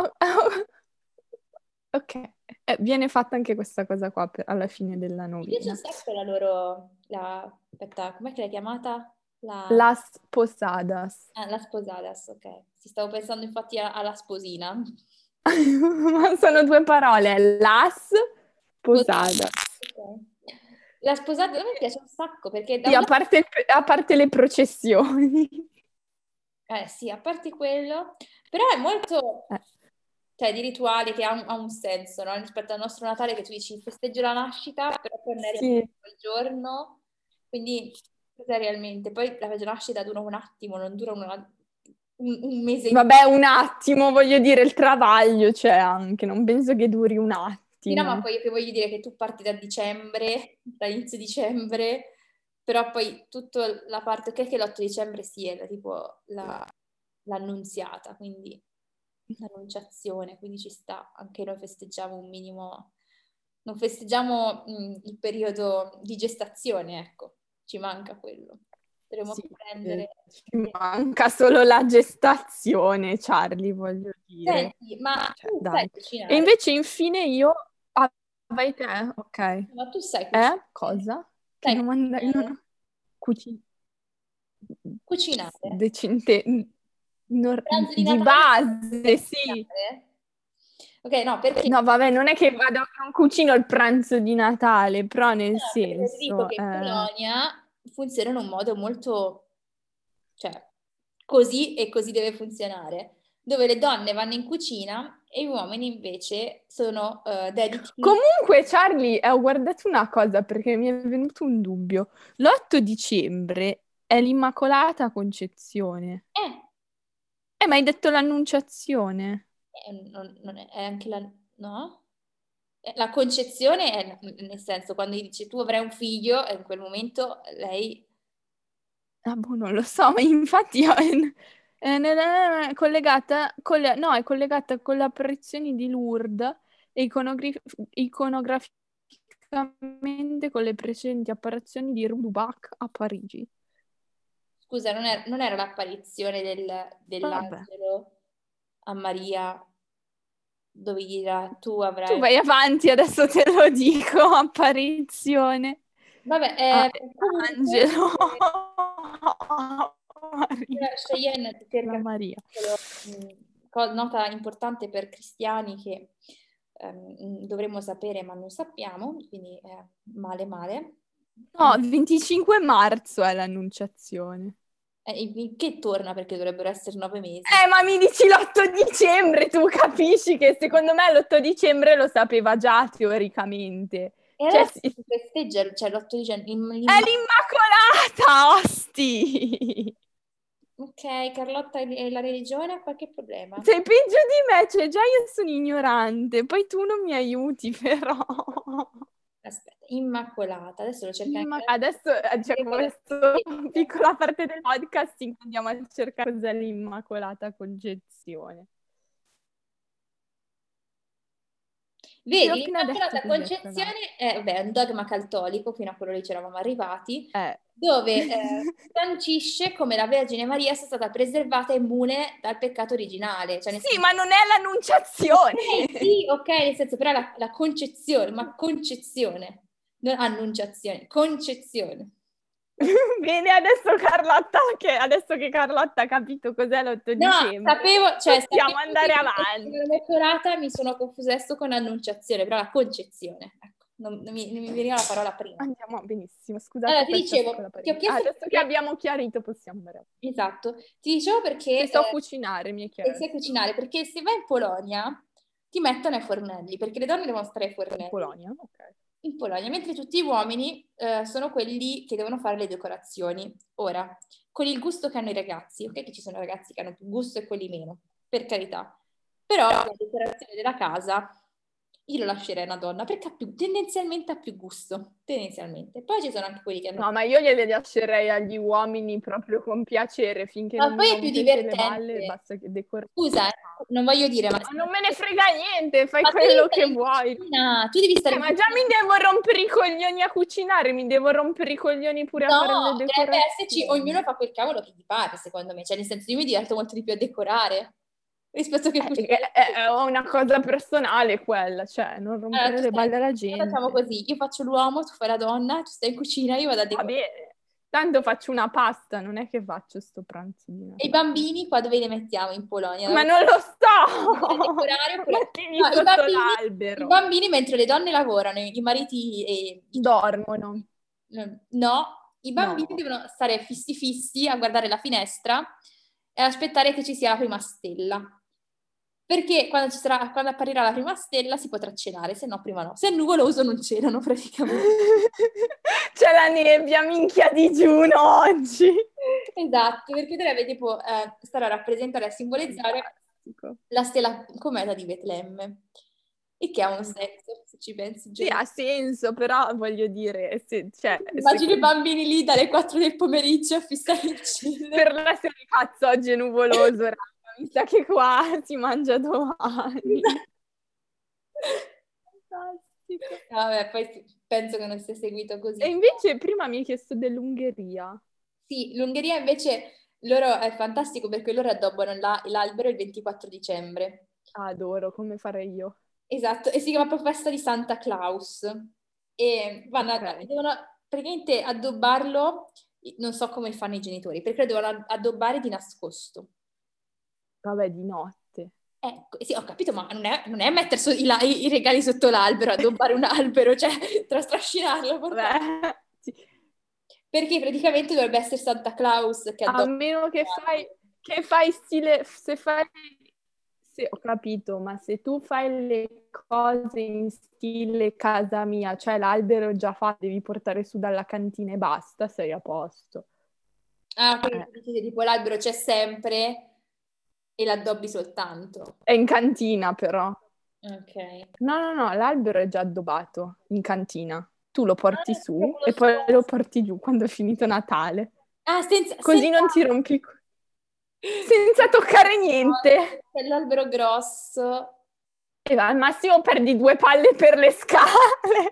Ok, viene fatta anche questa cosa qua alla fine della
Mi piace un
novena.
sacco la loro, aspetta, com'è che l'hai chiamata?
Las Posadas.
La sposadas, ok. Ci stavo pensando infatti alla sposina.
Ma sono due parole, las Posadas.
Ok. La sposata a me piace un sacco perché da
Sì,
un
a parte le processioni.
sì, a parte quello, però è molto,
Eh,
cioè, di rituali che ha un senso, no? Rispetto al nostro Natale che tu dici festeggio la nascita, però poi non è
sì.
realmente quel giorno, quindi cos'è realmente? Poi la nascita dura un attimo, non dura un mese intero.
Vabbè, un attimo, voglio dire, il travaglio c'è anche, non penso che duri un
Sì, no, ma
attimo.
poi che voglio dire che tu parti da dicembre, da inizio dicembre, però poi tutta la parte, ok che l'8 dicembre sì, è tipo l'annunziata, quindi l'annunciazione, quindi ci sta, anche noi festeggiamo un minimo, non festeggiamo il periodo di gestazione, ecco, ci manca quello. Dovremmo
Sì,
prendere...
ci manca solo la gestazione, Charlie, voglio dire.
Senti, ma
Cioè,
tu sai
dai. E
cucinare?
invece infine io... Ah, vai te? Ok.
Ma tu sai cucinare?
Cosa? Che
Sai
domanda?
cucinare?
Cucina
Cucinare?
decente,
Il pranzo di
di
Natale
base, sì.
cucinare? Ok, no, perché?
No, vabbè, non è che non cucino il pranzo di Natale, però nel
No, perché ti dico
senso,
che in Polonia funziona in un modo molto, cioè, così e così deve funzionare. dove le donne vanno in cucina e gli uomini invece sono dediti...
Comunque, Charlie, ho guardato una cosa perché mi è venuto un dubbio. L'8 dicembre è l'Immacolata Concezione.
Eh,
Ma hai detto l'Annunciazione?
non è anche la... no? La concezione è nel senso, quando gli dici tu avrai un figlio, in quel momento lei...
Ah, boh, non lo so, ma infatti è collegata no, è collegata con le apparizioni di Lourdes e iconograficamente con le precedenti apparizioni di Rubac a Parigi.
Scusa, non era l'apparizione
Vabbè.
dell'angelo a Maria, dove gli dirà tu
Tu
avrai...
vai avanti, adesso te lo dico, apparizione.
Vabbè,
Ah,
comunque,
Angelo. Maria.
Cheyenne cerca
La Maria.
nota importante per cristiani che dovremmo sapere ma non sappiamo, quindi male male.
No, il 25 marzo è l'Annunciazione.
Che torna perché dovrebbero essere 9 mesi.
Ma mi dici l'8 dicembre, tu capisci che secondo me l'8 dicembre lo sapeva già teoricamente.
E
Cioè,
adesso si festeggia, cioè l'8 dicembre.
è l'Immacolata, osti!
Ok, Carlotta e la religione ha qualche problema.
Sei peggio di me, cioè già io sono ignorante, poi tu non mi aiuti però.
Aspetta, Immacolata, adesso lo cerco anche.
Adesso c'è questa piccola parte del podcast in cui andiamo a cercare cos'è l'Immacolata Concezione. Ti ho
Vedi,
appena detto
l'Immacolata
cos'è, tra l'altro.
Concezione è vabbè, un dogma cattolico, fino a quello lì ci eravamo arrivati,
Eh.
dove sancisce come la Vergine Maria sia stata preservata immune dal peccato originale. Cioè, nel
Sì,
senso...
ma non è l'Annunciazione!
Sì, ok, nel senso, però la concezione, ma concezione, non annunciazione, concezione.
Bene, adesso che Carlotta ha capito cos'è l'8
No,
dicembre, possiamo andare
che
avanti.
l'Immacolata mi sono confusa adesso con annunciazione, però la concezione, ecco, non mi veniva la parola prima.
Andiamo benissimo,
Allora,
scusate
ti
questa
dicevo,
piccola
ti ho
parentesi.
chiesto
Adesso che
perché...
abbiamo chiarito possiamo andare avanti.
Esatto, ti dicevo perché
Se so cucinare, mi è
se sai
chiesto.
cucinare, perché se vai in Polonia ti mettono ai fornelli, perché le donne devono stare ai
In
fornelli.
Polonia? Ok.
In Polonia, mentre tutti gli uomini sono quelli che devono fare le decorazioni. Ora, con il gusto che hanno i ragazzi, ok che ci sono ragazzi che hanno più gusto e quelli meno, per carità, però la decorazione della casa io lo lascerei a una donna perché tendenzialmente ha più gusto, tendenzialmente. Poi ci sono anche quelli che hanno...
No, ma io gliele lascerei agli uomini proprio con piacere, finché
Ma
non mi
poi è più
rompete le balle,
divertente.
basta che decorate.
Scusa, non voglio dire,
Ma non me ne frega niente, fai
ma tu devi
quello
stare
che
in
vuoi.
cucina, tu devi stare in
Ma già
cucina.
mi devo rompere i coglioni a cucinare, mi devo rompere i coglioni pure a
No,
fare le
dovrebbe esserci, ognuno
decorazioni.
fa quel cavolo che gli pare, secondo me. Cioè, nel senso, io mi diverto molto di più a decorare rispetto che cucinare.
È una cosa personale quella, cioè non
Allora,
rompere le balle alla
noi facciamo
gente.
così, io faccio l'uomo, tu fai la donna, tu stai in cucina, io vado a
Va
decorare.
bene, tanto faccio una pasta, non è che faccio sto pranzo di
E i
Natale.
bambini qua dove li mettiamo in Polonia?
Ma non lo
A
so!
decorare oppure...
Mettili
No,
sotto
i
l'albero.
bambini mentre le donne lavorano, i mariti e i
Dormono.
no, i bambini
No.
devono stare fissi fissi a guardare la finestra e aspettare che ci sia la prima stella. Perché quando apparirà la prima stella si potrà cenare, se no prima no. Se è nuvoloso non cenano praticamente.
C'è la nebbia, minchia digiuno oggi.
Esatto, perché dovrebbe tipo stare a rappresentare, a simbolizzare
Fantastico.
la stella cometa di Betlemme. Il che ha un
Esatto.
senso, se ci pensi.
Sì, ha senso, però voglio dire,
Immagino i bambini lì dalle 4 del pomeriggio a fissare il cielo.
per la serie cazzo oggi è nuvoloso, raga, mi sa che qua si mangia domani. Fantastico.
Vabbè, poi penso che non sia seguito così.
E invece prima mi hai chiesto dell'Ungheria.
Sì, l'Ungheria invece, loro è fantastico perché loro addobbano l'albero il 24 dicembre.
Adoro, come farei io.
Esatto, e si chiama proprio festa di Santa Claus. E
Ok.
devono praticamente addobbarlo, non so come fanno i genitori, perché lo devono addobbare di nascosto.
Vabbè, di notte.
Ecco, sì, ho capito, ma non è mettere i regali sotto l'albero, addobbare un albero, cioè trascinarlo, portarlo.
Vabbè, sì.
Perché praticamente dovrebbe essere Santa Claus che
A
addobba.
meno che fai stile, se fai Sì, ho capito, ma se tu fai le cose in stile casa mia, cioè l'albero è già fatto, devi portare su dalla cantina e basta, sei a posto.
Ah, quindi
Eh,
dici che tipo l'albero c'è sempre e l'addobbi soltanto.
È in cantina però.
Ok.
No, no, no, l'albero è già addobbato in cantina. Tu lo
Ah,
porti
è proprio
su
lo
e poi lo
sforzo.
porti giù quando è finito Natale.
Ah,
Così non ti rompi senza toccare niente.
c'è l'albero grosso.
E al massimo perdi 2 palle per le scale.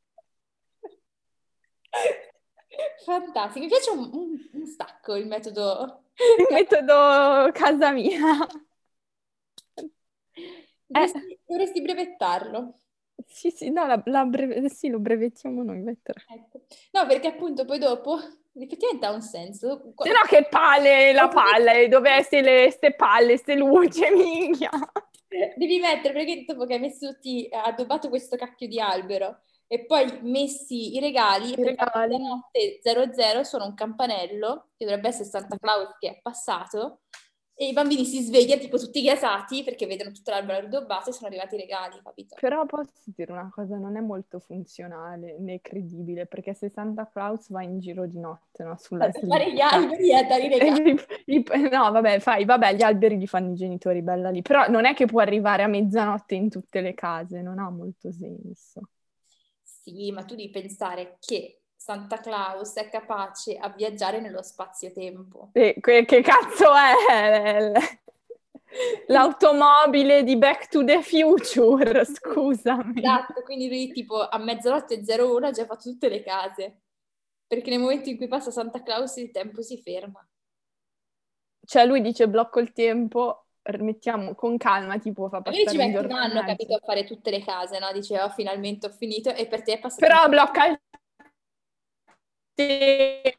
Fantastico, mi piace un sacco il metodo.
Il metodo casa mia. Eh,
Dovresti brevettarlo.
sì, sì, no, sì, lo brevettiamo noi, mettere.
Ecco. No, perché appunto poi dopo effettivamente ha un senso.
Se no che palle la palla, e dove ste palle, ste luci, minchia.
Devi mettere, perché dopo che hai messo tutti, addobbato questo cacchio di albero e poi messi i regali,
I
perché a
regali.
mezzanotte 00 suona un campanello, che dovrebbe essere Santa Claus che è passato, e i bambini si svegliano tipo tutti gasati perché vedono tutto l'albero addobbato e sono arrivati i regali, capito?
Però posso dire una cosa, non è molto funzionale né credibile, perché se Santa Claus va in giro di notte, no, sulla
Per fare gli
slitta.
alberi e dare i regali.
No, vabbè, vabbè, gli alberi li fanno i genitori, bella lì. Però non è che può arrivare a mezzanotte in tutte le case, non ha molto senso.
Sì, ma tu devi pensare che Santa Claus è capace a viaggiare nello spazio-tempo.
Che cazzo è l'automobile di Back to the Future? Scusami.
Esatto, quindi lui tipo a mezzanotte 01 ha già fatto tutte le case, perché nel momento in cui passa Santa Claus il tempo si ferma.
Cioè lui dice blocco il tempo, mettiamo con calma, tipo fa
Magari ci
passare un
metti un
giorno e
anno, capito,
mezzo.
a fare tutte le case, no? Dice, oh, finalmente ho finito, e per te è passato un
Però blocca il tempo,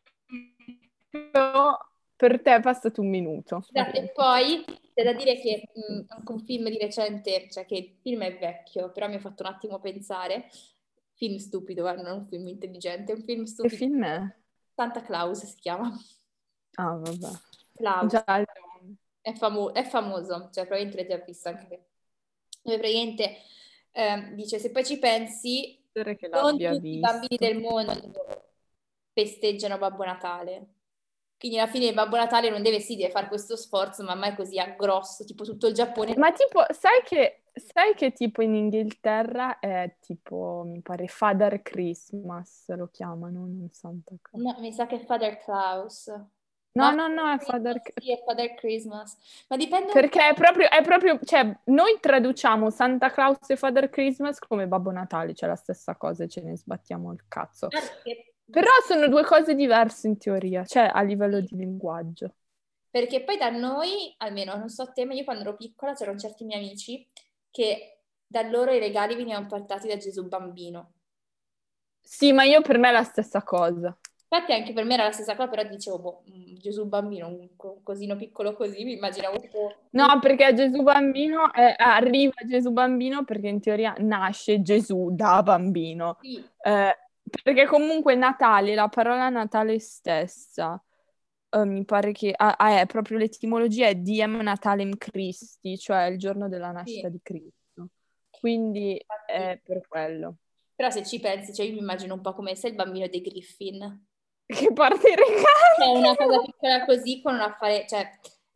per te è passato un minuto. Va
Esatto,
bene.
e poi c'è da dire che anche un film di recente, cioè che il film è vecchio, però mi ha fatto un attimo pensare, film stupido, non un film intelligente, un film
Che
stupido,
film è?
Santa Claus si chiama,
Ah, vabbè.
Claus,
Già il
è famoso, cioè probabilmente l'hai già visto anche te, dove praticamente dice, se poi ci pensi,
nome che
non
l'abbia
tutti i bambini
visto.
del mondo festeggiano Babbo Natale. Quindi alla fine Babbo Natale non deve, sì, deve fare questo sforzo, ma mai così a grosso, tipo tutto il Giappone.
Ma tipo, sai che tipo in Inghilterra è tipo, mi pare, Father Christmas, lo chiamano, non Santa Claus.
No, mi sa che è Father Claus.
No,
No,
no, no, è
Christmas, sì, è Father Christmas. Ma dipende un po'.
Perché è proprio, cioè, noi traduciamo Santa Claus e Father Christmas come Babbo Natale, cioè la stessa cosa e ce ne sbattiamo il cazzo.
Perché,
Però sono 2 cose diverse in teoria, cioè a livello
sì,
di linguaggio.
perché poi da noi, almeno non so te, ma io quando ero piccola c'erano certi miei amici che da loro i regali venivano portati da Gesù bambino.
Sì, ma io per me è la stessa cosa.
Infatti anche per me era la stessa cosa, però dicevo, boh, Gesù bambino, un cosino piccolo così, mi immaginavo tipo
No, perché Gesù bambino arriva Gesù bambino perché in teoria nasce Gesù da bambino.
sì,
Eh, perché comunque Natale, la parola Natale stessa, mi pare che è proprio l'etimologia è Diem Natalem Christi, cioè il giorno della nascita
sì,
di Cristo. Quindi
infatti.
è per quello.
Però se ci pensi, cioè io mi immagino un po' come se il bambino dei Griffin.
Che porta i
È una cosa
regali.
piccola così con un affare, cioè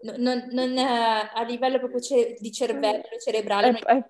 a livello proprio di cervello, cerebrale,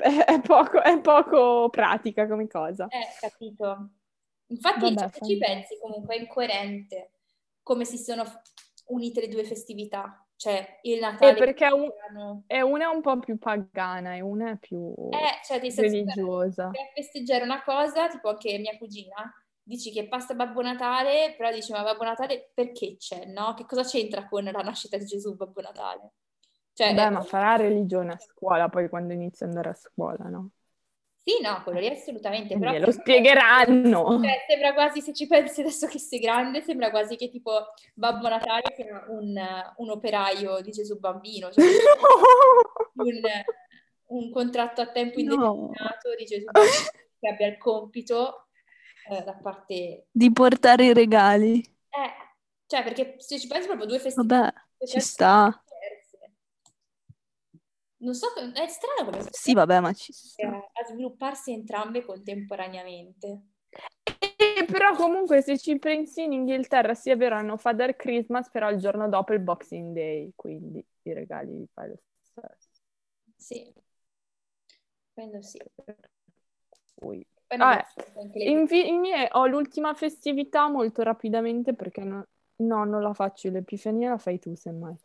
È poco pratica come cosa.
capito? Infatti, cioè,
Vabbè,
se
fa
ci
niente.
pensi comunque è incoerente come si sono unite le due festività, cioè il
E
Natale e il
perché
Capodanno.
una è un po' più pagana e una è più
Cioè, nel senso,
religiosa.
per festeggiare una cosa, tipo anche mia cugina, dici che passa Babbo Natale, però dici, ma Babbo Natale perché c'è, no? Che cosa c'entra con la nascita di Gesù, Babbo Natale? Cioè,
Vabbè, ma farà religione a scuola poi quando inizia ad andare a scuola, no?
sì, no, quello lì assolutamente, però
Glielo spiegheranno.
cioè, sembra quasi, se ci pensi adesso che sei grande, sembra quasi che tipo Babbo Natale sia un operaio di Gesù Bambino, cioè un, un contratto a tempo
No.
indeterminato di Gesù Bambino che abbia il compito da parte.
Di portare i regali.
Cioè, perché se ci pensi proprio due festività,
Vabbè,
due
ci
feste
sta.
diverse. non so, è strano come
Sì, vabbè, ma ci sta.
a svilupparsi entrambe contemporaneamente.
Però comunque se ci pensi in Inghilterra, sì è vero, hanno Father Christmas, però il giorno dopo è il Boxing Day, quindi i regali li fai lo stesso.
Sì, quello sì.
Per cui...
Poi non
Vabbè,
mi anche le
infine ho l'ultima festività molto rapidamente perché no, non la faccio io, l'Epifania la fai tu semmai.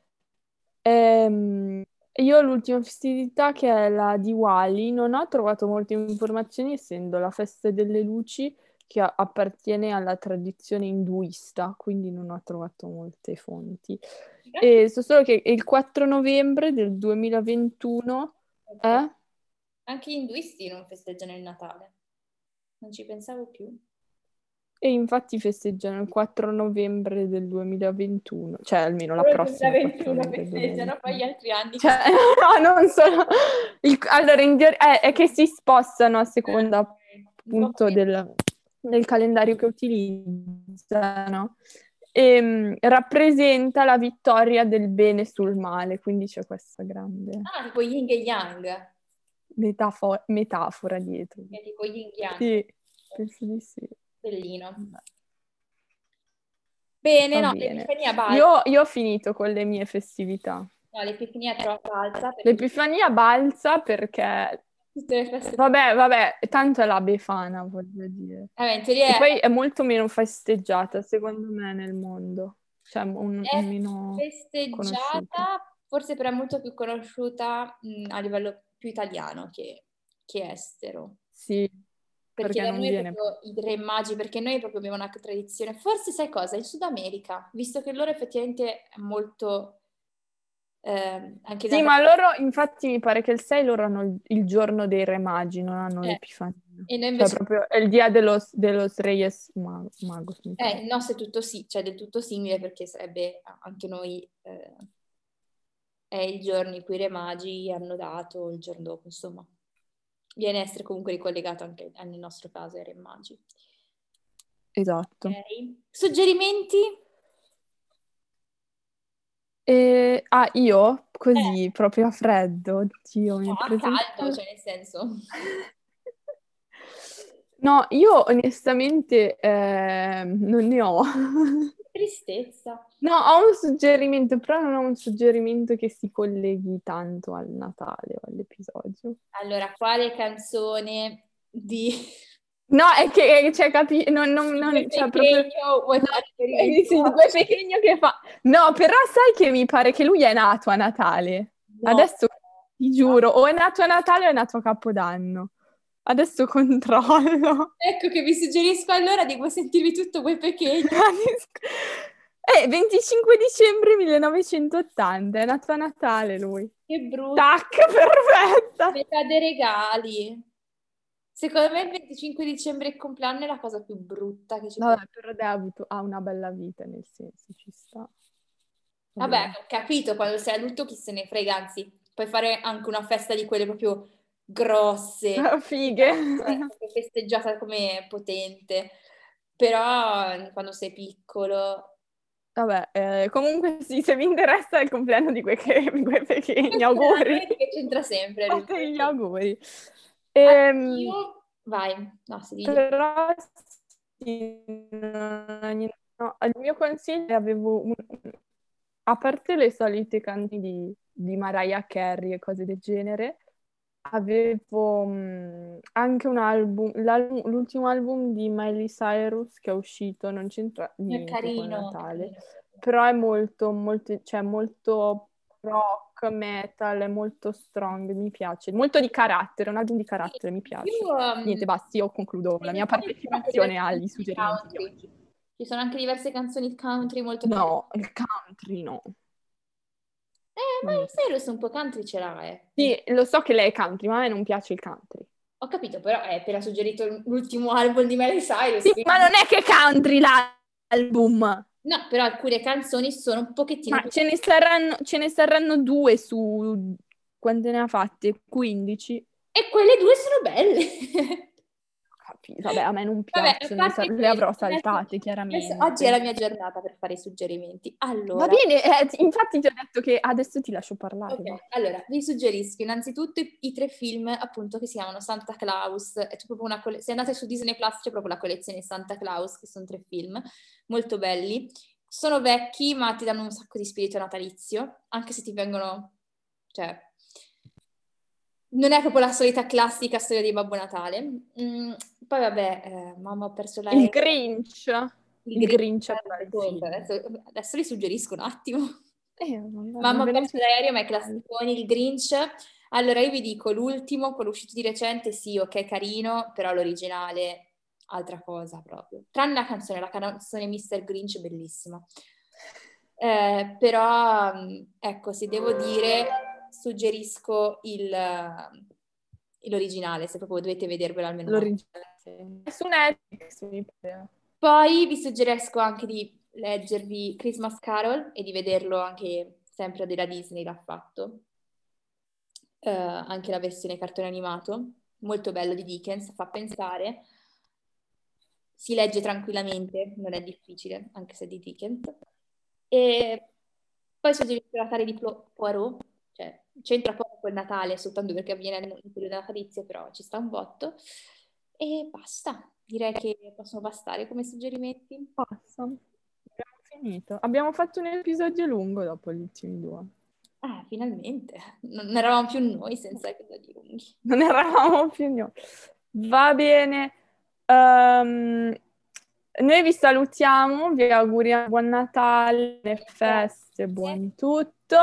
Io ho l'ultima festività che è la Diwali, non ho trovato molte informazioni essendo la festa delle luci che appartiene alla tradizione induista, quindi non ho trovato molte fonti. E so solo che il 4 novembre del 2021
Ok.
è...
Anche gli induisti non festeggiano il Natale. Non ci pensavo più.
E infatti festeggiano il 4 novembre del 2021, cioè almeno la
Solo il
prossima 4
2021
novembre del
festeggiano, poi
2021.
gli altri anni
Cioè, no, non solo. Allora, è che si spostano a seconda
un po'
appunto del calendario che utilizzano. E rappresenta la vittoria del bene sul male, quindi c'è questa grande
Ah, tipo yin e yang.
metafora dietro.
È tipo yin yang.
Sì, penso di sì.
Bellino.
Vabbè,
Bene,
va
no,
bene.
l'Epifania balza.
Io ho finito con le mie festività.
No, l'Epifania balza perché
L'Epifania balza perché,
tutte le feste...
vabbè, tanto è la Befana, voglio dire.
in teoria
E poi è molto meno festeggiata, secondo me, nel mondo. Cioè,
è
meno conosciuta.
festeggiata, forse però è molto più conosciuta a livello più italiano che estero.
Sì,
Perché
perché
da
non
noi è
viene...
proprio i re magi, perché noi proprio abbiamo una tradizione. Forse sai cosa? In Sud America, visto che loro effettivamente è molto... anche
Sì,
da...
ma loro, infatti, mi pare che il 6 loro hanno il giorno dei Re Magi, non hanno
eh,
l'Epifania.
e noi
Cioè,
invece...
proprio è il dia de los Reyes Magos, mi pare.
il nostro è tutto sì, cioè del tutto simile perché sarebbe anche noi... è il giorno in cui i re magi hanno dato, il giorno dopo, insomma. Viene a essere comunque ricollegato anche nel nostro caso ai re magi.
Esatto.
Ok. Suggerimenti?
Io così, proprio a freddo, oddio, mi
No,
hai
a
preso in
caldo,
spalla.
cioè nel senso...
No, io onestamente non ne ho.
Tristezza.
No, ho un suggerimento, però non ho un suggerimento che si colleghi tanto al Natale o all'episodio.
Allora, quale canzone di
No, è che, cioè,
Gue
cioè, proprio...
Pequeno vuoi
No,
fare per il
sì, di quel pechegno che fa... No, però sai che mi pare che lui è nato a Natale.
No.
Adesso ti giuro, o è nato a Natale o è nato a Capodanno. Adesso controllo.
Ecco che vi suggerisco allora di sentirvi tutto Gue Pequeno.
25 dicembre 1980, è nato a Natale lui.
Che brutto.
Tac, perfetta!
Metà dei regali. Secondo me il 25 dicembre il compleanno è la cosa più brutta che ci può...
Vabbè, però lei ha una bella vita, nel senso, ci sta. Va
Vabbè,
bene.
ho capito, quando sei adulto chi se ne frega, anzi, puoi fare anche una festa di quelle proprio grosse,
Fighe.
proprio festeggiata come potente, però quando sei piccolo...
Vabbè, comunque sì, se vi interessa il compleanno di quei pequeni,
Questo è la
auguri.
noi che c'entra sempre.
Fate gli auguri.
Io... Vai, no, si dice.
Però sì, no, il mio consiglio avevo a parte le solite canzoni di Mariah Carey e cose del genere, avevo anche un album, l'ultimo album di Miley Cyrus che è uscito, non c'entra
È
niente con
carino,
Natale,
carino.
però è cioè molto rock, metal, è molto strong, mi piace, molto di carattere, un album di carattere, mi piace.
Io,
Niente, basta, io concludo la
in
mia
Italia ci sono anche diverse
partecipazione agli
canzoni
suggerimenti di
country.
oggi.
Ci sono anche diverse canzoni country molto carine.
No, il country no.
Miley Cyrus un po' country ce l'ha,
Sì, lo so che lei è country, ma a me non piace il country.
Ho capito, però hai appena suggerito l'ultimo album di Miley Cyrus,
Sì, ma
quindi...
non è che country l'album.
No, però alcune canzoni sono un pochettino
Ma
più...
ce ne saranno due su... Quante ne ha fatte? 15?
E quelle due sono belle.
Vabbè, a me non
Vabbè, a
piacciono,
parte
le avrò
questo,
saltate
oggi è la
chiaramente.
mia giornata per fare i suggerimenti.
Va
Allora,
bene, infatti ti ho detto che adesso ti lascio parlare, va.
ok, allora, vi suggerisco innanzitutto i tre film appunto che si chiamano Santa Claus. C'è proprio se andate su Disney Plus c'è proprio la collezione Santa Claus, che sono tre film molto belli. Sono vecchi, ma ti danno un sacco di spirito natalizio, anche se ti vengono, cioè, non è proprio la solita classica storia di Babbo Natale. Poi vabbè, mamma ho perso
Il
l'aereo.
Grinch.
Il
Il
Grinch,
Grinch è un bel
ascolta,
film.
adesso li suggerisco un attimo.
Vabbè, mi è
Mamma ho
venuto
perso l'aereo, ma è
bello.
classicone, il Grinch. Allora io vi dico, l'ultimo, quello uscito di recente, sì, ok, carino, però l'originale, altra cosa proprio. Tranne la canzone Mr. Grinch, bellissima. Però, ecco, se devo dire, suggerisco l'originale, se proprio dovete vedervelo almeno una volta.
L'originale. Sì. È su Netflix, mi pare.
Poi vi suggerisco anche di leggervi Christmas Carol e di vederlo anche sempre della Disney, l'ha fatto. Anche la versione cartone animato, molto bello di Dickens, fa pensare, si legge tranquillamente, non è difficile, anche se è di Dickens. E poi suggerisco la tale di Poirot, cioè c'entra poco col Natale, soltanto perché avviene nel periodo natalizio, però ci sta un botto. E basta, direi che possono bastare come suggerimenti.
Basta. Abbiamo finito. Abbiamo fatto un episodio lungo dopo gli ultimi due.
Finalmente, non eravamo più noi senza episodi lunghi.
Non eravamo più noi. Va bene. Noi vi salutiamo, vi auguriamo buon Natale, buone feste,
Grazie.
buon tutto.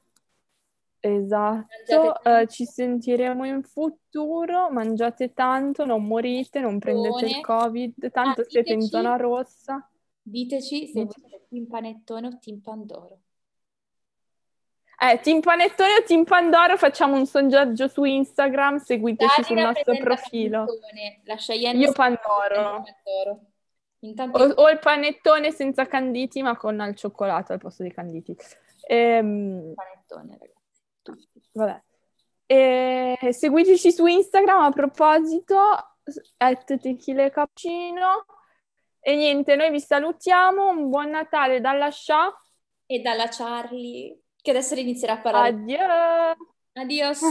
Mangiate
Esatto,
tanto,
ci sentiremo in futuro. Mangiate tanto, non morite, non prendete il
panettone.
Covid, tanto siete in zona rossa.
Diteci se
Dici-
volete Team Panettone o Team Pandoro.
Team Panettone o Team Pandoro, facciamo un sondaggio su Instagram, seguiteci sul
Davide
nostro
presenta
profilo.
Panettone, la Cheyenne
Io
presenta
Pandoro.
Pandoro. Intanto
O il panettone senza canditi, ma con al cioccolato al posto dei canditi.
Panettone, ragazzi. Tutti.
Vabbè. Seguiteci su Instagram a proposito, @techilecappuccino. E niente, noi vi salutiamo. Un buon Natale dalla Sha.
E dalla Charlie, che adesso inizierà a parlare.
Addio.
Adios.